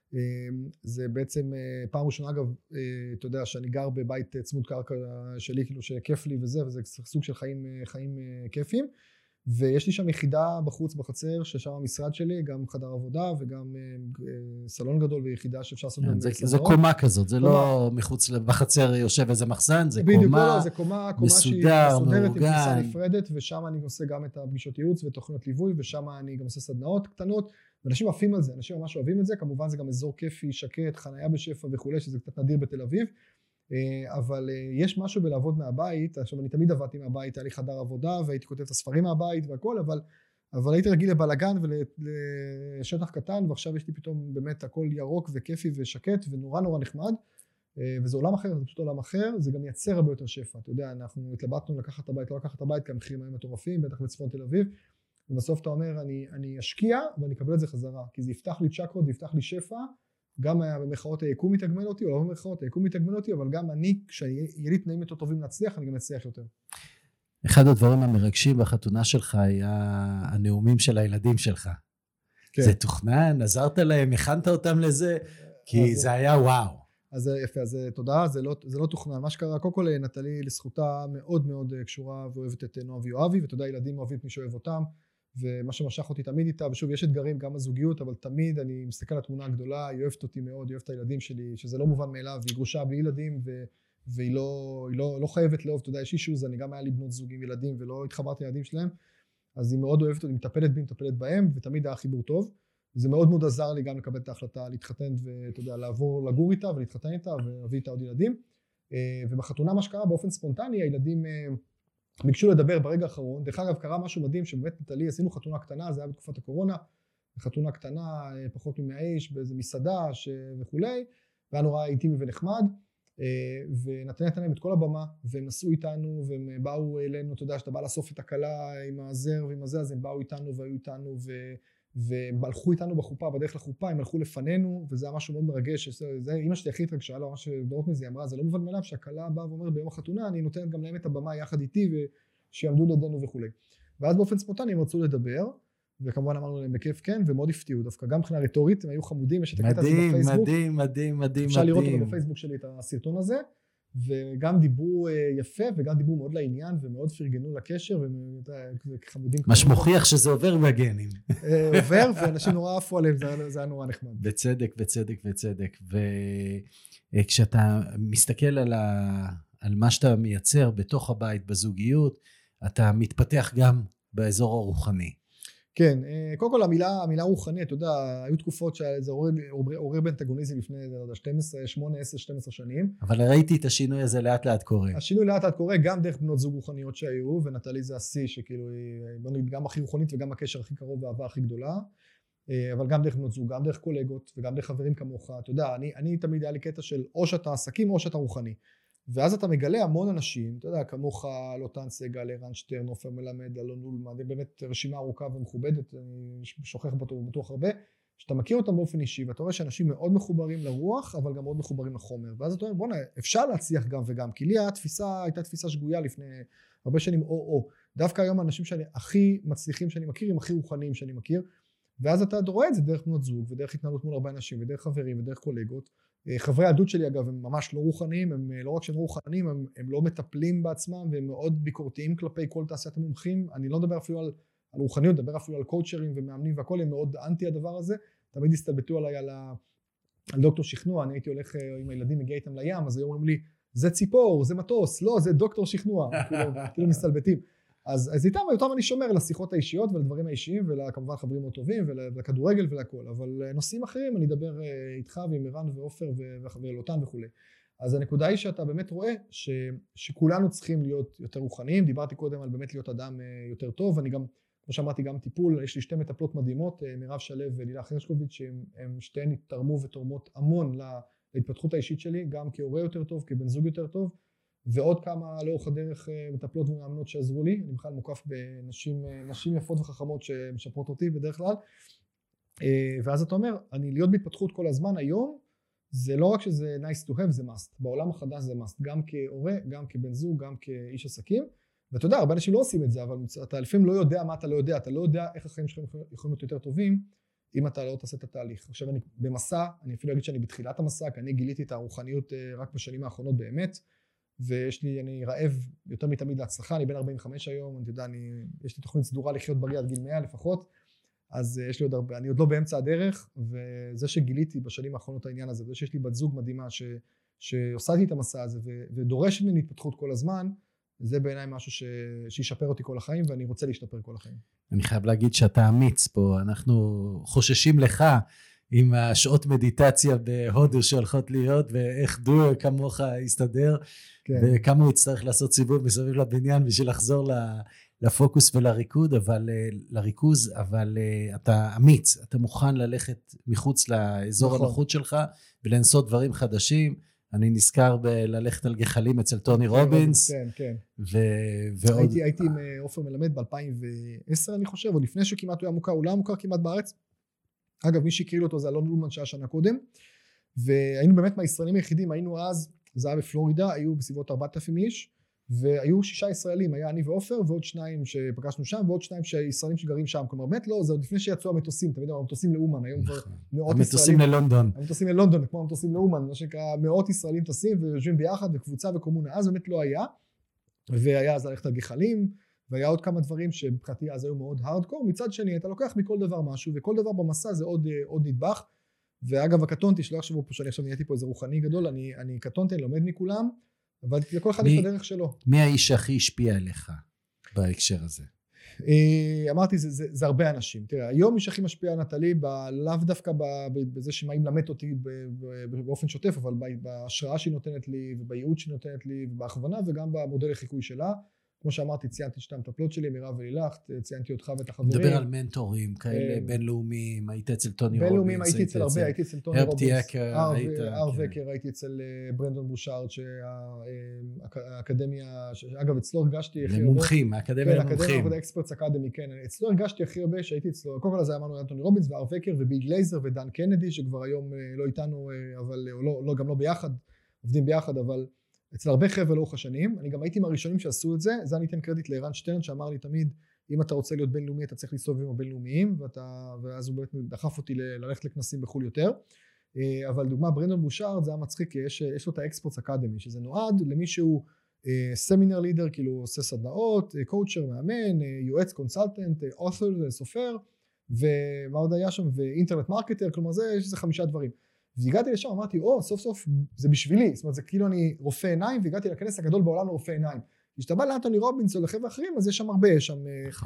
זה בעצם פעם ראשונה, אגב, אתה יודע, שאני גר בבית צמוד קרקע שלי, כאילו שכיף לי וזה, וזה סוג של חיים, חיים כיפים. ויש לי שם יחידה בחוץ בחצר, ששם המשרד שלי, גם חדר עבודה וגם סלון גדול ויחידה שאפשר לעשות גם סדנאות. זה קומה כזאת, זה לא מחוץ בחצר יושב איזה מחסן, זה קומה מסודר, מאורגן. עם כניסה נפרדת, ושם אני עושה גם את הפגישות ייעוץ ותוכניות ליווי, ושם אני גם עושה סדנאות קטנות, ואנשים עפים על זה, אנשים ממש אוהבים את זה, כמובן זה גם אזור כיפי, שקט, חנייה בשפע וכולי, שזה קצת נדיר בתל אביב, אבל יש משהו בלעבוד מהבית. עכשיו אני תמיד עבדתי מהבית, היה לי חדר עבודה והייתי כותב את הספרים מהבית והכל, אבל, אבל הייתי רגיל לבלגן ולשטח קטן, ועכשיו יש לי פתאום באמת הכל ירוק וכיפי ושקט ונורא נורא נחמד, וזה עולם אחר, זה פשוט עולם אחר, זה גם מייצר הרבה יותר שפע. אתה יודע, אנחנו התלבטנו לקחת את הבית, לא לקחת את הבית, כי המחירים היו מטורפים, בטח בצפון תל אביב, ובסוף אתה אומר, אני, אני אשקיע ואני אקבל את זה חזרה, כי זה יפתח לי צ'קרות, יפתח לי שפע, גם במחאות היקום מתגמל אותי, או לא במחאות היקום מתגמל אותי, אבל גם אני, כשיהיה לי תנאים יותר טובים להצליח, אני גם אצליח יותר. אחד הדברים המרגשים בחתונה שלך היה הנאומים של הילדים שלך. כן. זה תוכנן, עזרת להם, הכנת אותם לזה, כי זה היה וואו. אז יפה, אז תודה, זה לא, זה לא תוכנן. מה שקרה, קודם כל נטלי לזכותה מאוד מאוד קשורה ואוהבת את נועה ויואבי, ואתה יודע, ילדים אוהבים מי שאוהב אותם, ומה שמשך אותי תמיד איתה, ושוב יש אתגרים גם בזוגיות, אבל תמיד אני מסתכל על התמונה הגדולה, היא אוהבת אותי מאוד, היא אוהבת את הילדים שלי, שזה לא מובן מאליו, והיא גרושה בלי ילדים, ו, והיא לא, היא לא, לא חייבת לאהוב, אתה יודע, יש אישוז, אני גם היה לי בנות זוג עם ילדים, ולא התחברתי לילדים שלהם, אז היא מאוד אוהבת אותי, מטפלת בי, מטפלת בהם, ותמיד היה חיבור טוב, זה מאוד מאוד עזר לי גם לקבל את ההחלטה, להתחתן, ואתה יודע, לעבור לגור איתה, ולהתחתן איתה, ולהביא איתה עוד ילדים, ובחתונה מה שקרה באופן ספונטני, הילדים ביקשו לדבר ברגע האחרון. דרך אגב, קרה משהו מדהים שבאמת נטלי, עשינו חתונה קטנה, זה היה בתקופת הקורונה, חתונה קטנה, פחות ממאה איש, באיזה מסעדה וכולי, והיה נורא איטימי ונחמד, ונתן נתן להם את כל הבמה, והם נסעו איתנו, והם באו אלינו, אתה יודע, שאתה בא לאסוף את הכלה עם הזר ועם הזה, אז הם באו איתנו והיו איתנו, ו... והם הלכו איתנו בחופה, בדרך לחופה, הם הלכו לפנינו, וזה היה משהו מאוד מרגש. זה, אמא שלי הכי התרגשה, לא ממש דורות מזה, אמרה, זה לא מובן מאליו שהכלה באה ואומרת ביום החתונה, אני נותנת גם להם את הבמה יחד איתי, ושיעמדו לידינו וכולי. ואז באופן ספונטני הם רצו לדבר, וכמובן אמרנו להם בכיף כן, ומאוד הפתיעו, דווקא גם מבחינה רטורית, הם היו חמודים, יש את הקטע הזה בפייסבוק. מדהים, מדהים, מדהים, אפשר לראות אותו בפייסבוק שלי, את הסרטון הזה, וגם דיברו יפה, וגם דיברו מאוד לעניין, ומאוד פרגנו לקשר, וחמודים. מה שמוכיח שזה עובר בגנים. עובר, ואנשים נורא עפו עליהם, זה היה נורא נחמד. בצדק, בצדק, בצדק. וכשאתה מסתכל על, ה... על מה שאתה מייצר בתוך הבית, בזוגיות, אתה מתפתח גם באזור הרוחני. כן, קודם כל המילה, המילה רוחני, אתה יודע, היו תקופות שזה עורר באנטגוניזם לפני שתים עשרה, שמונה, עשר, שתים עשרה שנים. אבל ראיתי את השינוי הזה לאט לאט קורה. השינוי לאט לאט קורה גם דרך בנות זוג רוחניות שהיו, ונטלי זה השיא שכאילו היא גם הכי רוחנית וגם הקשר הכי קרוב והאהבה הכי גדולה, אבל גם דרך בנות זוג, גם דרך קולגות וגם דרך חברים כמוך. אתה יודע, אני, אני תמיד היה לי קטע של או שאתה עסקים או שאתה רוחני. ואז אתה מגלה המון אנשים, אתה יודע, כמוך, לוטן סגל, ערן שטרן, עופר מלמד, אלון אולמן, זה באמת רשימה ארוכה ומכובדת, אני שוכח בטוח הרבה, שאתה מכיר אותם באופן אישי, ואתה רואה שאנשים מאוד מחוברים לרוח, אבל גם מאוד מחוברים לחומר, ואז אתה אומר, בוא נה, אפשר להצליח גם וגם, כי לי התפיסה, הייתה תפיסה שגויה לפני הרבה שנים, או-או, דווקא היום האנשים שאני הכי מצליחים שאני מכיר, הם הכי רוחניים שאני מכיר, ואז אתה רואה את זה דרך בנות זוג, ודרך התנהלות מול הרבה אנשים, ודרך חברים, ודרך קולגות. חברי העדות שלי אגב הם ממש לא רוחניים, הם לא רק שהם רוחניים, הם, הם לא מטפלים בעצמם, והם מאוד ביקורתיים כלפי כל תעשיית המומחים. אני לא מדבר אפילו על, על רוחניות, מדבר אפילו על קואוצ'רים ומאמנים והכל, הם מאוד אנטי הדבר הזה. תמיד הסתלבטו עליי על, ה, על דוקטור שכנוע, אני הייתי הולך עם הילדים, מגיע איתם לים, אז היו אומרים לי, זה ציפור, זה מטוס, לא, זה דוקטור שכנוע, כאילו, כאילו מסתלבטים. אז, אז איתם, איתם אני שומר לשיחות האישיות ולדברים האישיים, וכמובן חברים מאוד טובים, ולכדורגל ולכל, אבל נושאים אחרים, אני אדבר איתך ועם ערן ועופר ולוטן וכו'. אז הנקודה היא שאתה באמת רואה ש, שכולנו צריכים להיות יותר רוחניים, דיברתי קודם על באמת להיות אדם יותר טוב, אני גם, כמו שאמרתי, גם טיפול, יש לי שתי מטפלות מדהימות, מירב שלו ולילה חרשקוביץ', שהן שתיהן תרמו ותורמות המון להתפתחות האישית שלי, גם כהורה יותר טוב, כבן זוג יותר טוב, ועוד כמה לאורך הדרך מטפלות ומאמנות שעזרו לי, אני בכלל מוקף בנשים נשים יפות וחכמות שמשפרות אותי בדרך כלל, ואז אתה אומר, אני להיות בהתפתחות כל הזמן היום, זה לא רק שזה nice to have, זה must, בעולם החדש זה must, גם כהורה, גם כבן זוג, גם כאיש עסקים, ואתה יודע, הרבה אנשים לא עושים את זה, אבל אתה לפעמים לא יודע מה אתה לא יודע, אתה לא יודע איך החיים שלכם יכולים להיות יותר טובים, אם אתה לא תעשה את התהליך. עכשיו אני במסע, אני אפילו אגיד שאני בתחילת המסע, כי אני גיליתי את הרוחניות רק בשנים האחרונות באמת, ויש לי, אני רעב יותר מתמיד להצלחה, אני בן ארבעים וחמש היום, אני יודע, אני, יש לי תוכנית סדורה לחיות בריא עד גיל מאה לפחות, אז יש לי עוד הרבה, אני עוד לא באמצע הדרך, וזה שגיליתי בשנים האחרונות העניין הזה, זה שיש לי בת זוג מדהימה ש, שעושה לי את המסע הזה, ו, ודורשת ממני התפתחות כל הזמן, זה בעיניי משהו ש, שישפר אותי כל החיים, ואני רוצה להשתפר כל החיים. אני חייב להגיד שאתה אמיץ פה, אנחנו חוששים לך, עם השעות מדיטציה בהודו שהולכות להיות, ואיך דו כמוך יסתדר, כן. וכמה הוא יצטרך לעשות סיבוב מסביב לבניין, בשביל לחזור לפוקוס ולריקוד, אבל, לריכוז, אבל אתה אמיץ, אתה מוכן ללכת מחוץ לאזור נכון. הנוחות שלך, ולנסות דברים חדשים, אני נזכר בללכת על גחלים אצל טוני רובינס. כן, כן. ו... ועוד... הייתי, הייתי עם עופר מלמד ב-אלפיים ועשר אני חושב, או לפני שכמעט הוא היה מוכר, הוא לא היה מוכר כמעט בארץ, אגב, מי שהקריא אותו זה אלון לולמן שהיה שנה קודם, והיינו באמת מהישראלים היחידים, היינו אז, זה היה בפלורידה, היו בסביבות ארבעת אלפים איש, והיו שישה ישראלים, היה אני ועופר, ועוד שניים שפגשנו שם, ועוד שניים שישראלים שגרים שם, כלומר, באמת לא, זה עוד לפני שיצאו המטוסים, תמיד המטוסים לאומן, היום כבר מאות ישראלים. המטוסים ללונדון. המטוסים ללונדון, כמו המטוסים לאומן, מה שנקרא, מאות ישראלים טסים, ויושבים ביחד, וקבוצה וקומונה, אז באמת לא היה, והיה אז ללכת על גחלים, והיה עוד כמה דברים שבחינתי אז היו מאוד הארדקור, מצד שני אתה לוקח מכל דבר משהו, וכל דבר במסע זה עוד, עוד נדבך, ואגב הקטונתי, שלא יחשבו פה שאני עכשיו נהייתי פה איזה רוחני גדול, אני, אני קטונתי, אני לומד מכולם, אבל לכל אחד יש הדרך שלו. מי האיש שהכי השפיע עליך בהקשר הזה? אמרתי, זה, זה, זה הרבה אנשים. תראה, היום מי שהכי משפיע על נטלי, לאו דווקא בזה שהיא מלמדת אותי באופן שוטף, אבל בהשראה שהיא נותנת לי, ובייעוד שהיא נותנת לי, ובהכוונה, וגם במודל החיקוי שלה. כמו שאמרתי, ציינתי שתי המטפלות שלי, מירב ולילך, ציינתי אותך ואת החברים. מדבר על מנטורים כאלה בינלאומיים, היית אצל טוני רובינס. בינלאומיים הייתי אצל הרבה, הייתי אצל טוני רובינס. אר וקר, הייתי אצל ברנדון בושארד, שהאקדמיה, אגב, אצלו הרגשתי הכי הרבה. למומחים, האקדמיה למומחים. כן, אקספרטס אקדמי, כן. אצלו הרגשתי הכי הרבה שהייתי אצלו, קודם כל זה אמרנו היה טוני רובינס ואר וקר וביל גלייזר ודן קנדי, שכבר היום לא איתנו, אבל גם לא ביחד, עובדים ביחד, אבל אצל הרבה חבר'ה לאורך השנים, אני גם הייתי מהראשונים שעשו את זה, זה אני אתן קרדיט לערן שטרן שאמר לי תמיד, אם אתה רוצה להיות בינלאומי אתה צריך להסתובב עם הבינלאומיים, ואתה, ואז הוא באמת דחף אותי ללכת לכנסים בחול יותר, אבל דוגמה ברנדון בושארד זה היה מצחיק, כי יש, יש לו את האקספורטס אקדמי, שזה נועד למישהו סמינר לידר, כאילו עושה סדנאות, קואוצ'ר, מאמן, יועץ, קונסלטנט, אות'ר, סופר, ומה עוד היה שם, ואינטרנט מרקטר, כלומר זה, יש איזה חמישה דברים. והגעתי לשם, אמרתי, או, סוף סוף זה בשבילי, זאת אומרת, זה כאילו אני רופא עיניים, והגעתי לכנס הגדול בעולם לרופא עיניים. כשאתה בא לאנטוני רובינס או לחבר'ה אחרים, אז יש שם הרבה, יש שם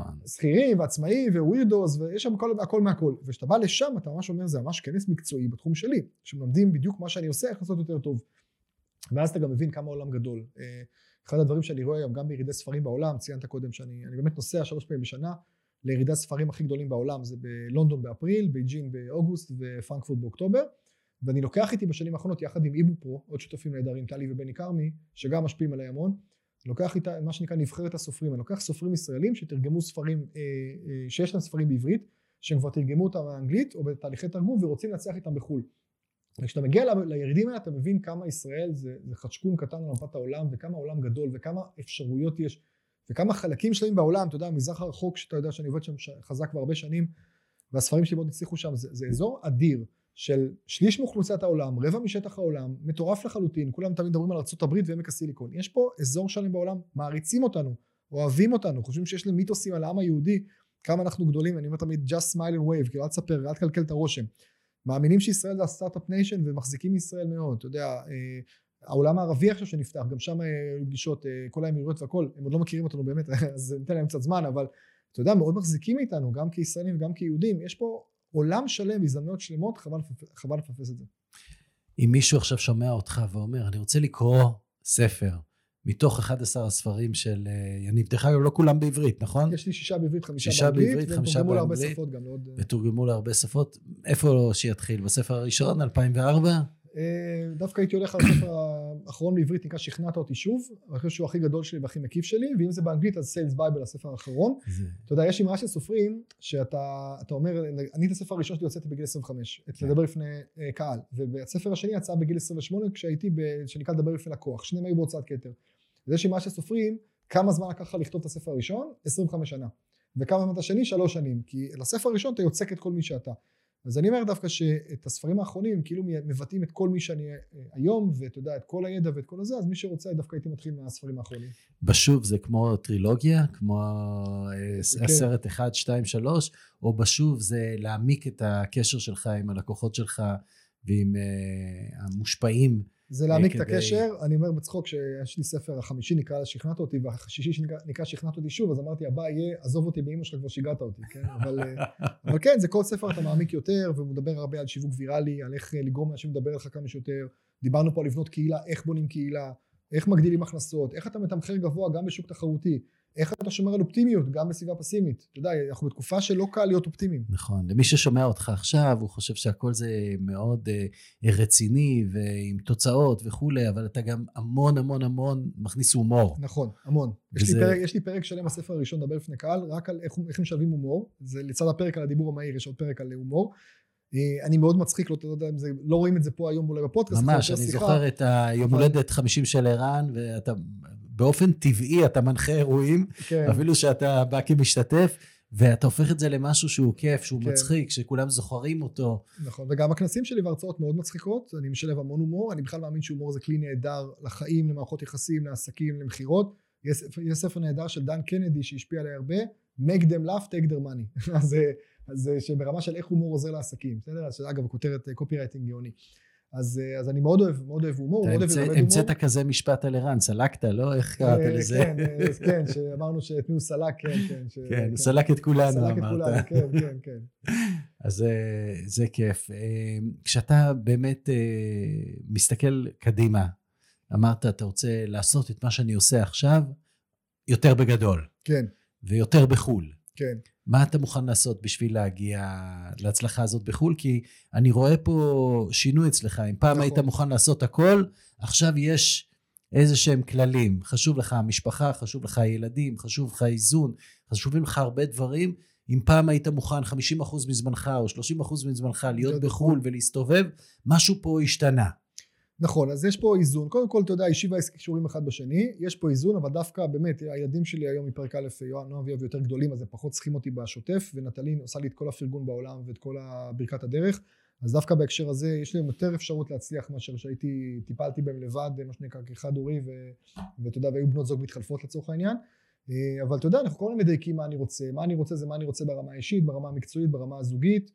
שכירים ועצמאים ווירדוס, ויש שם הכל, הכל מהכל. וכשאתה בא לשם, אתה ממש אומר, זה ממש כנס מקצועי בתחום שלי, שמלמדים בדיוק מה שאני עושה, איך לעשות יותר טוב. ואז אתה גם מבין כמה העולם גדול. אחד הדברים שאני רואה היום, גם בירידי ספרים בעולם, ציינת קודם שאני אני באמת נוסע שלוש פעמים בשנה, לירידי הספרים הכי גדולים בעולם, זה בלונדון באפריל, בייג'ין באוגוסט ופרנקפורט באוקטובר. ואני לוקח איתי בשנים האחרונות יחד עם איבו פרו, עוד שותפים נהדרים, טלי ובני קרמי, שגם משפיעים עליי המון, לוקח איתה מה שנקרא נבחרת הסופרים, אני לוקח סופרים ישראלים שתרגמו ספרים, שיש להם ספרים בעברית, שהם כבר תרגמו אותם באנגלית או בתהליכי תרגום ורוצים להצליח איתם בחו"ל. וכשאתה מגיע לירידים האלה, אתה מבין כמה ישראל זה, זה חדשקון קטן על מפת העולם, וכמה העולם גדול, וכמה אפשרויות יש, וכמה חלקים שלהם בעולם, אתה יודע, המזרח הרחוק, שאתה יודע שאני עובד שם חזק כבר הרבה שנים, והספרים שלי מאוד הצליחו שם, זה, זה אזור אדיר, של שליש מאוכלוסיית העולם, רבע משטח העולם, מטורף לחלוטין, כולם תמיד מדברים על ארצות הברית ועמק הסיליקון. יש פה אזור שלם בעולם, מעריצים אותנו, אוהבים אותנו, חושבים שיש להם מיתוסים על העם היהודי, כמה אנחנו גדולים, אני אומר תמיד just smile and wave, כאילו אל תספר, אל תקלקל את הרושם. מאמינים שישראל זה הסטארט-אפ ניישן ומחזיקים מישראל מאוד, אתה יודע, העולם הערבי עכשיו שנפתח, גם שם פגישות, כל האמירויות והכל, הם עוד לא מכירים אותנו באמת, אז ניתן להם קצת זמן, אבל אתה יודע, מאוד מחזיקים איתנו, גם כישראלים וגם כיהודים, יש פה עולם שלם, הזדמנויות שלמות, חבל, חבל לפספס את זה. אם מישהו עכשיו שומע אותך ואומר, אני רוצה לקרוא ספר, מתוך אחד עשר הספרים של יניב, דרך אגב, לא כולם בעברית, נכון? יש לי שישה בעברית, חמישה באנגלית, ותורגמו להרבה שפות גם. ותורגמו להרבה שפות. איפה שיתחיל? בספר הראשון, אלפיים וארבע? דווקא הייתי הולך על הספר האחרון בעברית, נקרא שכנעת אותי שוב, אני חושב שהוא הכי גדול שלי והכי מקיף שלי, ואם זה באנגלית, אז סיילס בייבל, הספר האחרון. אתה יודע, יש אמרה של סופרים, שאתה אומר, אני את הספר הראשון שלי הוצאתי בגיל עשרים וחמש, לדבר לפני קהל, ובספר השני יצא בגיל עשרים ושמונה, כשהייתי, שנקרא לדבר לפני לקוח, שניהם היו בהוצאת כתר. אז יש אמרה של סופרים, כמה זמן לקח לך לכתוב את הספר הראשון? עשרים וחמש שנה. וכמה זמן את השני? שלוש שנים, כי לספר הראשון אתה יוצק את כל מי שאתה. אז אני אומר דווקא שאת הספרים האחרונים כאילו מבטאים את כל מי שאני היום, ואתה יודע, את כל הידע ואת כל הזה, אז מי שרוצה דווקא הייתי מתחיל מהספרים האחרונים. בשוב זה כמו טרילוגיה, כמו כן. הסרט אחד, שתיים, שלוש, או בשוב זה להעמיק את הקשר שלך עם הלקוחות שלך, ועם uh, המושפעים. זה להעמיק את הקשר, אני אומר בצחוק שיש לי ספר החמישי נקרא שכנעת אותי, והשישי נקרא שכנעת אותי שוב, אז אמרתי הבא יהיה עזוב אותי באמא שלך כבר שיגעת אותי, כן? אבל, אבל כן, זה כל ספר אתה מעמיק יותר, והוא מדבר הרבה על שיווק ויראלי, על איך לגרום לאנשים לדבר לך כמה שיותר, דיברנו פה על לבנות קהילה, איך בונים קהילה, איך מגדילים הכנסות, איך אתה מתמחר גבוה גם בשוק תחרותי, איך אתה שומר על אופטימיות גם בסביבה פסימית. אתה יודע, אנחנו בתקופה שלא קל להיות אופטימיים. נכון, למי ששומע אותך עכשיו, הוא חושב שהכל זה מאוד uh, רציני ועם תוצאות וכולי, אבל אתה גם המון המון המון מכניס הומור. נכון, המון. וזה... יש, לי פרק, יש לי פרק שלם בספר הראשון, דבר לפני קהל, רק על איך, איך משלבים הומור. זה לצד הפרק על הדיבור המהיר, יש עוד פרק על הומור. אני מאוד מצחיק, לא, לא, זה, לא רואים את זה פה היום אולי בפודקאסט. ממש, אני שיחה, זוכר את היום אבל... הולדת חמישים של ערן, ואתה באופן טבעי אתה מנחה אירועים, כן. אפילו שאתה בא כמשתתף, ואתה הופך את זה למשהו שהוא כיף, שהוא כן. מצחיק, שכולם זוכרים אותו. נכון, וגם הכנסים שלי והרצאות מאוד מצחיקות, אני משלב המון הומור, אני בכלל מאמין שהומור זה כלי נהדר לחיים, למערכות יחסים, לעסקים, למחירות. יש, יש ספר נהדר של דן קנדי שהשפיע עליי הרבה, make them laugh, take their money. אז, אז שברמה של איך הומור עוזר לעסקים, בסדר? אז אגב, הכותרת קופירייטינג גאוני. אז, אז אני מאוד אוהב, מאוד אוהב הומור. המצאת כזה משפט על ערן, סלקת, לא? איך קראת לזה? כן, כן, שאמרנו שאת מי הוא סלק, כן, כן. כן, הוא סלק את כולנו, סלק את כולנו, כן, כן, כן. אז זה כיף. כשאתה באמת מסתכל קדימה, אמרת, אתה רוצה לעשות את מה שאני עושה עכשיו, יותר בגדול. כן. ויותר בחול. כן. מה אתה מוכן לעשות בשביל להגיע להצלחה הזאת בחול? כי אני רואה פה שינוי אצלך. אם פעם נכון. היית מוכן לעשות הכל, עכשיו יש איזה שהם כללים. חשוב לך המשפחה, חשוב לך הילדים, חשוב לך איזון, חשובים לך הרבה דברים. אם פעם היית מוכן חמישים אחוז מזמנך או שלושים אחוז מזמנך להיות בחול ולהסתובב, משהו פה השתנה. נכון, אז יש פה איזון. קודם כל, אתה יודע, אישי והעסקי קשורים אחד בשני. יש פה איזון, אבל דווקא באמת, הילדים שלי היום מפרק א', נועה ואבי יותר גדולים, אז הם פחות צריכים אותי בשוטף, ונטלין עושה לי את כל הפרגון בעולם ואת כל ברכת הדרך. אז דווקא בהקשר הזה, יש להם יותר אפשרות להצליח מאשר שהייתי, טיפלתי בהם לבד, מה שנקרא כאחד הורי, ואתה יודע, והיו בנות זוג מתחלפות לצורך העניין. אבל אתה יודע, אנחנו כל הזמן מדייקים מה אני רוצה. מה אני רוצה זה מה אני רוצה ברמה האישית, ברמה המקצועית, ברמה הזוגית.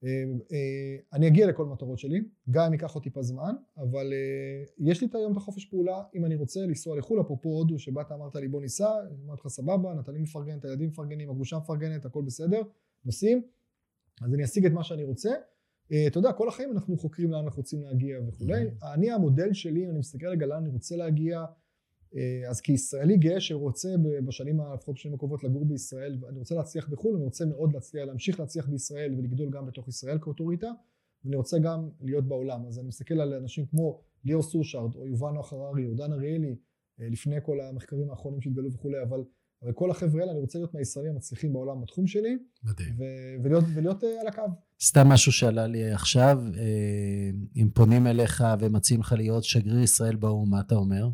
אני אגיע לכל מטרות שלי, גם אם ייקח אותי פה זמן, אבל יש לי את היום את החופש פעולה, אם אני רוצה לנסוע לחול, אפרופו הודו, שבאת אמרת לי בוא ניסע, אמרת לך סבבה, נטלי מפרגנת, הילדים מפרגנים, הגרושה מפרגנת, הכל בסדר, נוסעים, אז אני אשיג את מה שאני רוצה. אתה יודע, כל החיים אנחנו חוקרים לאן אנחנו רוצים להגיע וכולי. אני, המודל שלי, אני מסתכל רגע לאן אני רוצה להגיע, אז כישראלי גאה שרוצה בשנים, לפחות בשנים הקרובות לגור בישראל, ואני רוצה להצליח בחו"ל, אני רוצה מאוד להצליח, להמשיך להצליח בישראל ולגדול גם בתוך ישראל כאוטוריטה, ואני רוצה גם להיות בעולם. אז אני מסתכל על אנשים כמו ליאור סושארד, או יובל נוח הררי, או דן אריאלי, לפני כל המחקרים האחרונים שהתגלו וכולי, אבל, אבל כל החבר'ה האלה, אני רוצה להיות מהישראלים המצליחים בעולם בתחום שלי, ו- ולהיות, ולהיות על הקו. סתם משהו שעלה לי עכשיו, אם פונים אליך ומציעים לך להיות שגריר ישראל באו"ם, מה אתה אומר?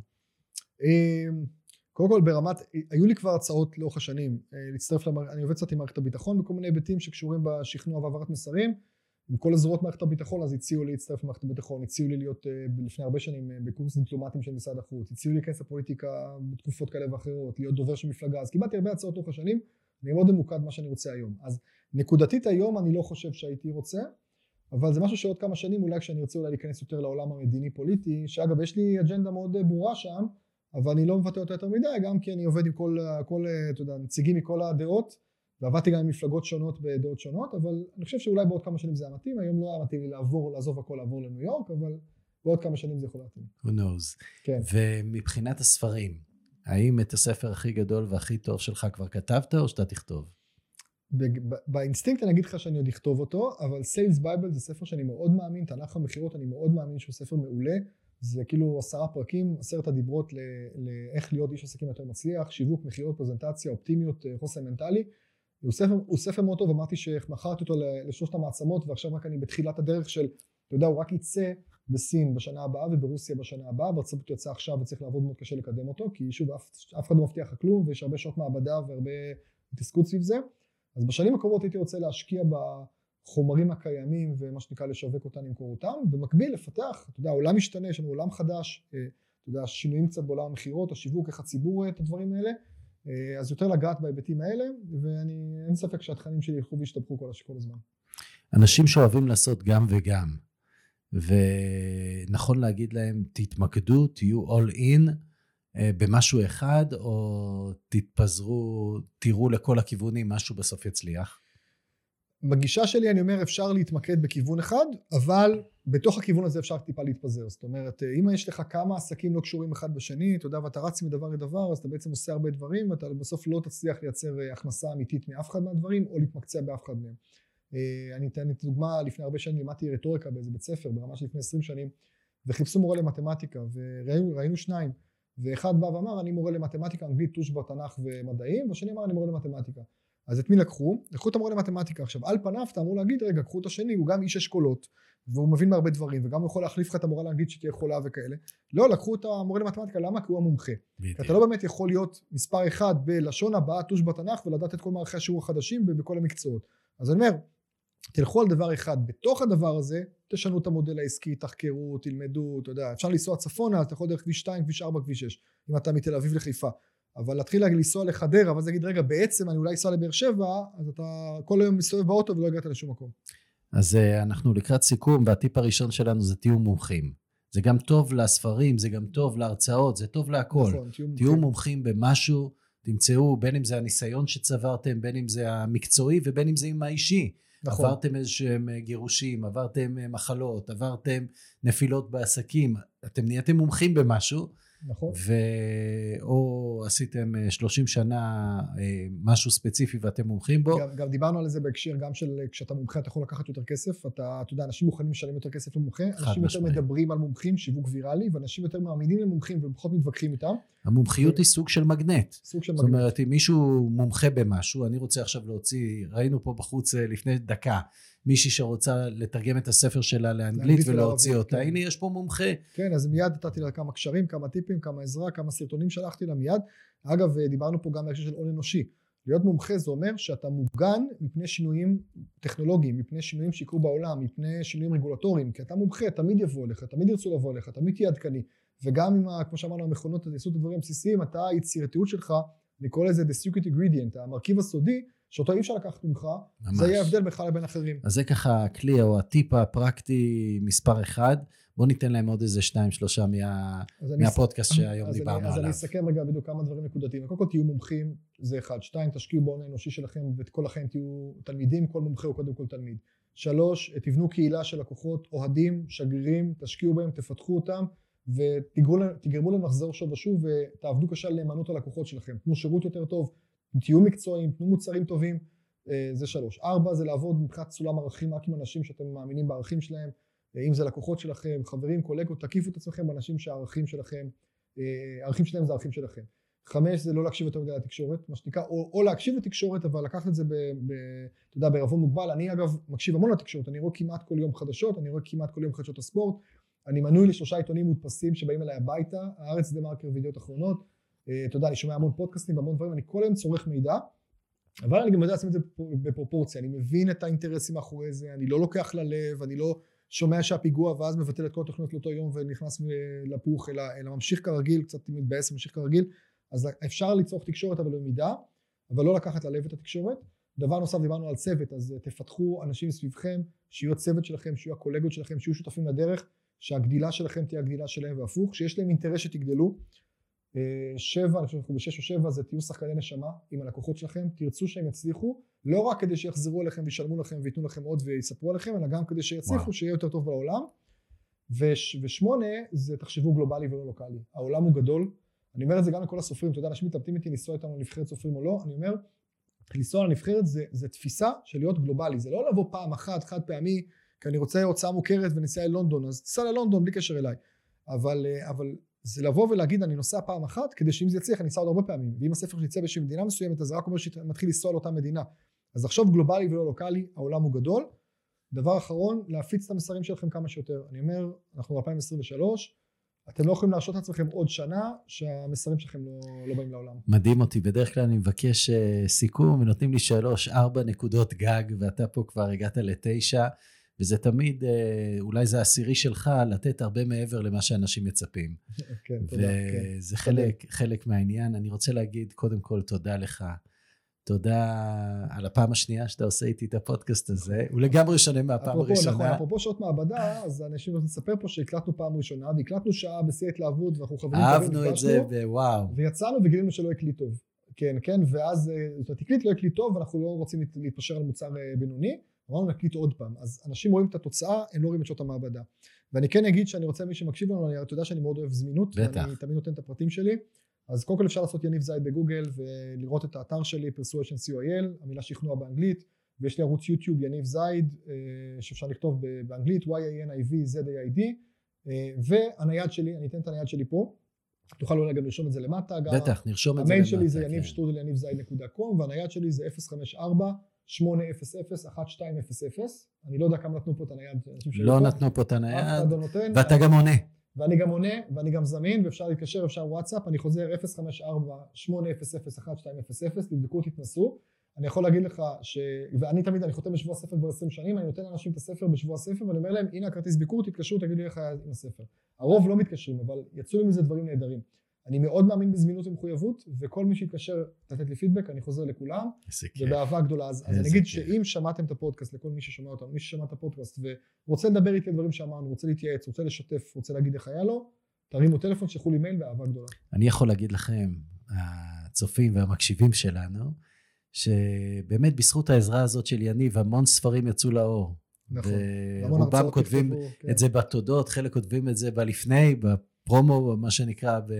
קודם כל ברמת, היו לי כבר הצעות לאורך השנים להצטרף, אני עובד קצת עם מערכת הביטחון בכל מיני היבטים שקשורים בשכנוע והעברת מסרים, עם כל הזרועות מערכת הביטחון, אז הציעו לי להצטרף למערכת הביטחון, הציעו לי להיות לפני הרבה שנים בקורס דיפלומטים של משרד החוץ, הציעו לי להיכנס לפוליטיקה בתקופות כאלה ואחרות, להיות דובר של מפלגה, אז קיבלתי הרבה הצעות לאורך השנים, אני מאוד ממוקד מה שאני רוצה היום. אז נקודתית היום אני לא חושב שהייתי רוצה, אבל זה משהו שעוד כמה שנים אולי כשאני ארצה אולי להיכנס יותר לעולם המדיני פוליטי, שאגב יש לי אג'נדה מאוד ברורה שם, אבל אני לא מבטא אותה יותר מדי, גם כי אני עובד עם כל, כל, אתה יודע, נציגים מכל הדעות, ועבדתי גם עם מפלגות שונות בדעות שונות, אבל אני חושב שאולי בעוד כמה שנים זה המתאים, היום לא היה מתאים לי לעבור, לעזוב הכל, לעבור לניו יורק, אבל בעוד כמה שנים זה יכול להתאים. Who knows. כן. ומבחינת הספרים, האם את הספר הכי גדול והכי טוב שלך כבר כתבת, או שאתה תכתוב? באינסטינקט אני אגיד לך שאני עוד אכתוב אותו, אבל Sales Bible זה ספר שאני מאוד מאמין, תנ"ך המכירות, אני מאוד מאמין שהוא ספר מעולה, זה כאילו עשרה פרקים, עשרת הדיברות לאיך להיות איש עסקים יותר מצליח, שיווק, מכירות, פרזנטציה, אופטימיות, חוסן מנטלי. הוא ספר, הוא ספר מאוד טוב, אמרתי שמכרתי אותו לשלושת המעצמות, ועכשיו רק אני בתחילת הדרך של, אתה יודע, הוא רק יצא בסין בשנה הבאה וברוסיה בשנה הבאה, בארצות הברית יוצא עכשיו וצריך לעבוד מאוד קשה לקדם אותו, כי שוב, אף, אף אחד לא מבטיח לך כלום, ויש הרבה שעות מעבדה והרבה התעסקות סביב זה. אז בשנים הקרובות הייתי רוצה להשקיע החומרים הקיימים ומה שנקרא לשווק אותם, למכור אותם, במקביל לפתח, אתה יודע, העולם משתנה, יש לנו עולם חדש, אתה יודע, שינויים קצת בעולם המחירות, השיווק, איך הציבור רואה את הדברים האלה, אז יותר לגעת בהיבטים האלה, ואני, אין ספק שהתכנים שלי ילכו וישתפכו כל, כל הזמן. אנשים שאוהבים לעשות גם וגם, ונכון להגיד להם, תתמקדו, תהיו all in במשהו אחד, או תתפזרו, תראו לכל הכיוונים, משהו בסוף יצליח? בגישה שלי אני אומר, אפשר להתמקד בכיוון אחד, אבל בתוך הכיוון הזה אפשר טיפה להתפזר. זאת אומרת, אם יש לך כמה עסקים לא קשורים אחד בשני, אתה יודע, ואתה רץ מדבר לדבר, אז אתה בעצם עושה הרבה דברים, ואתה בסוף לא תצליח לייצר הכנסה אמיתית מאף אחד מהדברים, או להתמקצע באף אחד מהם. אני אתן את דוגמה, לפני הרבה שנים לימדתי רטוריקה באיזה בית ספר, ברמה של לפני עשרים שנים, וחיפשו מורה למתמטיקה, וראינו שניים, ואחד בא ואמר, אני מורה למתמטיקה, אנגלית, תושבע, תנ"ך ומדעים, והשני אמר, אני מורה למתמטיקה. אז את מי לקחו? לקחו את המורה למתמטיקה. עכשיו, על פניו אתה אמור להגיד, רגע, קחו את השני, הוא גם איש אשכולות, והוא מבין מהרבה דברים, וגם הוא יכול להחליף לך את המורה לאנגלית שתהיה חולה וכאלה. לא, לקחו את המורה למתמטיקה, למה? כי הוא המומחה. כי אתה לא באמת יכול להיות מספר אחד בלשון הבאה, תושבע, תנ"ך, ולדעת את כל מערכי השיעור החדשים בכל המקצועות. אז אני אומר, תלכו על דבר אחד, בתוך הדבר הזה, תשנו את המודל העסקי, תחקרו, תלמדו, אתה יודע, אפשר לנסוע צפונה, אז אתה יכול דרך כביש שתיים, כביש ארבע, כביש שש, אם אתה מתל אביב לחיפה. אבל להתחיל לנסוע לחדרה, אבל זה להגיד, רגע, בעצם אני אולי אסוע לבאר שבע, אז אתה כל היום מסתובב באוטו ולא הגעת לשום מקום. אז אנחנו לקראת סיכום, והטיפ הראשון שלנו זה תהיו מומחים. זה גם טוב לספרים, זה גם טוב להרצאות, זה טוב להכל. נכון, תהיו מומחים. תהיו מומחים במשהו, תמצאו, בין אם זה הניסיון שצברתם, בין אם זה המקצועי, ובין אם זה עם האישי. נכון. עברתם איזשהם גירושים, עברתם מחלות, עברתם נפילות בעסקים, אתם נהייתם מומחים במשהו, נכון. ו... או עשיתם שלושים שנה משהו ספציפי ואתם מומחים בו. גם, גם דיברנו על זה בהקשר, גם של כשאתה מומחה אתה יכול לקחת יותר כסף, אתה, אתה יודע, אנשים מוכנים לשלם יותר כסף למומחה, אנשים יותר מדברים על מומחים, שיווק ויראלי, ואנשים יותר מאמינים למומחים ופחות מתווכחים איתם. המומחיות ו... היא סוג של מגנט. סוג של זאת מגנט. אומרת, אם מישהו מומחה במשהו, אני רוצה עכשיו להוציא, ראינו פה בחוץ לפני דקה, מישהי שרוצה לתרגם את הספר שלה לאנגלית ולהוציא אותה, הנה יש פה מומחה. כן, אז מיד נתתי לה כמה קשרים, כמה טיפים, כמה עזרה, כמה סרטונים שלחתי לה מיד. אגב, דיברנו פה גם בהקשר של הון אנושי. להיות מומחה זה אומר שאתה מוגן מפני שינויים טכנולוגיים, מפני שינויים שיקרו בעולם, מפני שינויים רגולטוריים, כי אתה מומחה, תמיד יבוא אליך, תמיד ירצו לבוא אליך, תמיד תהיה עדכני. וגם אם, כמו שאמרנו, המכונות יעשו את הדברים הבסיסיים, אתה, היצירתיות שלך, אני קורא לזה the secret ingredient, המרכיב הסודי, שאותו אי אפשר לקחת ממך, ממש. זה יהיה הבדל בך לבין אחרים. אז זה ככה הכלי או הטיפ הפרקטי מספר אחד, בוא ניתן להם עוד איזה שניים שלושה מה... מהפודקאסט ס... שהיום דיברנו אני, עליו. אז אני אסכם רגע בדיוק כמה דברים נקודתיים. קודם כל תהיו מומחים, זה אחד. שתיים, תשקיעו בהון האנושי שלכם, ואת כל החיים תהיו תלמידים, כל מומחה הוא קודם כל תלמיד. שלוש, תבנו קהילה של לקוחות, אוהדים, שגרירים, תשקיעו בהם, תפתחו אותם, ותגרמו להם לחזור שוב ושוב, ותעבדו קשה להימנעות הלקוחות שלכם. תנו שירות יותר טוב, תהיו מקצועיים, תנו מוצרים טובים. זה שלוש. ארבע, זה לעבוד מבחינת סולם ערכים רק עם אנשים שאתם מאמינים בערכים שלהם, אם זה לקוחות שלכם, חברים, קולגות, תקיפו את עצמכם באנשים שהערכים שלכם, הערכים שלהם זה הערכים שלכם. חמש, זה לא להקשיב יותר מדי לתקשורת, מה שנקרא, או, או להקשיב לתקשורת, אבל לקחת את זה ב, ב, אתה יודע, בערבון מוגבל. אני אגב מקשיב המון לתקשורת, אני רואה כמעט כל יום חדשות, אני רואה כמעט כל יום חדשות הספורט, אני מנוי לשלושה עיתונים מודפסים שבאים אליי הביתה, הארץ, דה מרקר וידיעות אחרונות, אתה יודע, אני שומע המון פודקאסטים והמון דברים, אני כל היום צורך מידע, אבל אני גם יודע לשים את זה בפרופורציה, אני מבין את האינטרסים מאחורי זה, אני לא לוקח ללב, אני לא שומע שהפיגוע ואז מבטל את כל התוכניות לאותו יום ונכנס לפוך, אלא, אלא ממשיך כרגיל, קצת מתבאס ממשיך כרגיל, אז אפשר לצרוך תקשורת אבל במידה, אבל לא לקחת ללב את התקשורת. דבר נוסף, דיברנו על צוות, אז תפתחו אנשים סביבכם, שיהיו הצוות שלכם, שיהיו הקולגות שלכם, שיהיו שותפים לדרך, שהגדילה שלכם תהיה הגדילה שלהם והפוך, שיש להם אינטרס שתגדלו. שבע, אני חושב שאנחנו בשש או שבע, זה תהיו שחקני נשמה עם הלקוחות שלכם, תרצו שהם יצליחו, לא רק כדי שיחזרו אליכם וישלמו לכם ויתנו לכם עוד ויספרו עליכם, אלא גם כדי שיצליחו, שיהיה יותר טוב בעולם. וש, ושמונה, זה תחשבו גלובלי ולא לוקלי. העולם הוא גדול, אני אומר את זה גם לכל הסופרים, אתה יודע, אנשים מתלבטים איתי לנסוע איתנו לנבחרת סופרים או לא, אני אומר, לנסוע לנבחרת זה, זה תפיסה של להיות גלובלי, זה לא לבוא פעם אחת, חד פעמי, כי אני רוצה הוצאה מוכרת ונסיעה ללונדון, אז תסע ללונדון בלי קשר אליי. אבל, אבל זה לבוא ולהגיד, אני נוסע פעם אחת, כדי שאם זה יצליח, אני אסע עוד הרבה פעמים. ואם הספר שלי יצא באיזושהי מדינה מסוימת, אז זה רק אומר שמתחיל לנסוע לאותה מדינה. אז לחשוב גלובלי ולא לוקלי, העולם הוא גדול. דבר אחרון, להפיץ את המסרים שלכם כמה שיותר. אני אומר, אנחנו ב-אלפיים עשרים ושלוש, אתם לא יכולים להרשות את עצמכם עוד שנה שהמסרים שלכם לא, לא באים לעולם. מדהים אותי, בדרך כלל אני מבקש uh, סיכום, ונותנים לי שלוש, ארבע נקודות גג, ואתה פה כבר הגעת לתשע, וזה תמיד, uh, אולי זה העשירי שלך, לתת הרבה מעבר למה שאנשים מצפים. כן, תודה. וזה חלק, חלק מהעניין. אני רוצה להגיד, קודם כל, תודה לך. תודה על הפעם השנייה שאתה עושה איתי את הפודקאסט הזה. הוא לגמרי שונה מהפעם הראשונה. נכון, אפרופו שעות מעבדה, אז אנשים רוצים לספר פה שהקלטנו פעם ראשונה, והקלטנו שעה בשיא התלהבות, ואנחנו חברים טובים. אהבנו את זה, ווואו. ויצאנו וגילינו שלא הקליט טוב. כן, כן, ואז, זאת אומרת, הקליט לא הקליט טוב, ואנחנו לא רוצים להתפשר על מוצר בינוני, אמרנו נקליט עוד פעם. אז אנשים רואים את התוצאה, הם לא רואים את שעות המעבדה. ואני כן אגיד שאני רוצה מי שמקשיב לנו, אני יודע שאני מאוד אוהב זמינות, ואני תמיד נותן את הפרטים שלי. אז קודם כל אפשר לעשות יניב זייד בגוגל ולראות את האתר שלי, Persuasion סי או איי אל, המילה שכנוע באנגלית, ויש לי ערוץ יוטיוב יניב זייד, שאפשר לכתוב באנגלית, וואי איי אן איי וי זד איי איי די, והנייד שלי, אני אתן את הנייד שלי פה, תוכל אולי גם לרשום את זה למטה. בטח, נרשום את זה למטה. המייל שלי זה יניב שטרודל יניב זייד נקודה קום, והנייד שלי זה אפס חמש ארבע שמונה אפס אפס אחת שתיים אפס אפס, אני לא יודע כמה נתנו פה את הנייד. לא נתנו פה את הנייד, ואתה גם עונה. ואני גם עונה, ואני גם זמין, ואפשר להתקשר, אפשר וואטסאפ, אני חוזר אפס חמש ארבע שמונה אפס אפס אחת שתיים אפס אפס, תבדקו, תתנסו. אני יכול להגיד לך ש... ואני תמיד, אני חותם בשבוע הספר כבר עשרים שנים, אני נותן לאנשים את הספר בשבוע הספר, ואני אומר להם, הנה הכרטיס ביקור, תתקשרו, תגידו לי איך היה עם הספר. הרוב לא מתקשרים, אבל יצאו לי מזה דברים נהדרים. אני מאוד מאמין בזמינות ומחויבות, וכל מי שיתקשר לתת לי פידבק, אני חוזר לכולם, ובאהבה גדולה. אז אני אגיד שאם שמעתם את הפודקאסט, לכל מי ששמע אותנו, מי ששמע את הפודקאסט, ורוצה לדבר איתי על דברים שאמרנו, רוצה להתייעץ, רוצה לשתף, רוצה להגיד איך היה לו, תרימו טלפון, שלחו לי מייל, באהבה גדולה. אני יכול להגיד לכם, הצופים והמקשיבים שלנו, שבאמת בזכות העזרה הזאת של יניב, המון ספרים יצאו לאור. נכון. ורובם כותבים את זה בתודות, חלק כותבים את זה בלפני, פרומו, מה שנקרא, ו,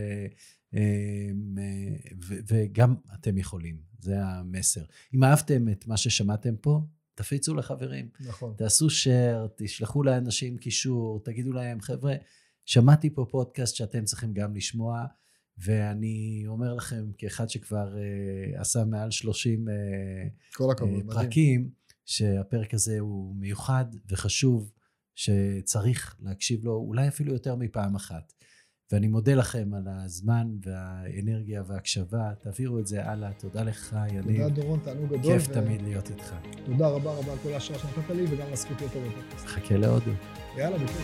ו, וגם אתם יכולים, זה המסר. אם אהבתם את מה ששמעתם פה, תפיצו לחברים. נכון. תעשו שייר, תשלחו לאנשים קישור, תגידו להם, חבר'ה, שמעתי פה פודקאסט שאתם צריכים גם לשמוע, ואני אומר לכם, כאחד שכבר uh, עשה מעל שלושים uh, כל הכבוד, uh, פרקים, מדהים. שהפרק הזה הוא מיוחד וחשוב, שצריך להקשיב לו, אולי אפילו יותר מפעם אחת. ואני מודה לכם על הזמן והאנרגיה וההקשבה, תעבירו את זה הלאה, תודה לך יניב. תודה דורון, תענוג גדול. כיף ו... תמיד להיות איתך. תודה רבה רבה על כל ההשראה שנתת לי, וגם לזכות להיות טוב בפודקאסט. חכה להודו. יאללה, בכיף.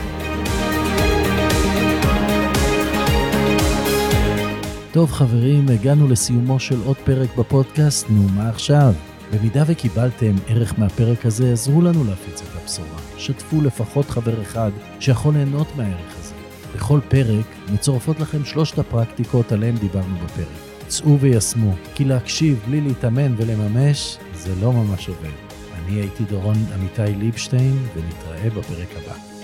טוב חברים, הגענו לסיומו של עוד פרק בפודקאסט, נו מה עכשיו? במידה וקיבלתם ערך מהפרק הזה, עזרו לנו להפיץ את הבשורה. שתפו לפחות חבר אחד שיכול ליהנות מהערך הזה. בכל פרק מצורפות לכם שלושת הפרקטיקות עליהן דיברנו בפרק. צאו וישמו, כי להקשיב בלי להתאמן ולממש זה לא ממש עובד. אני הייתי דורון אמיתי ליבשטיין, ונתראה בפרק הבא.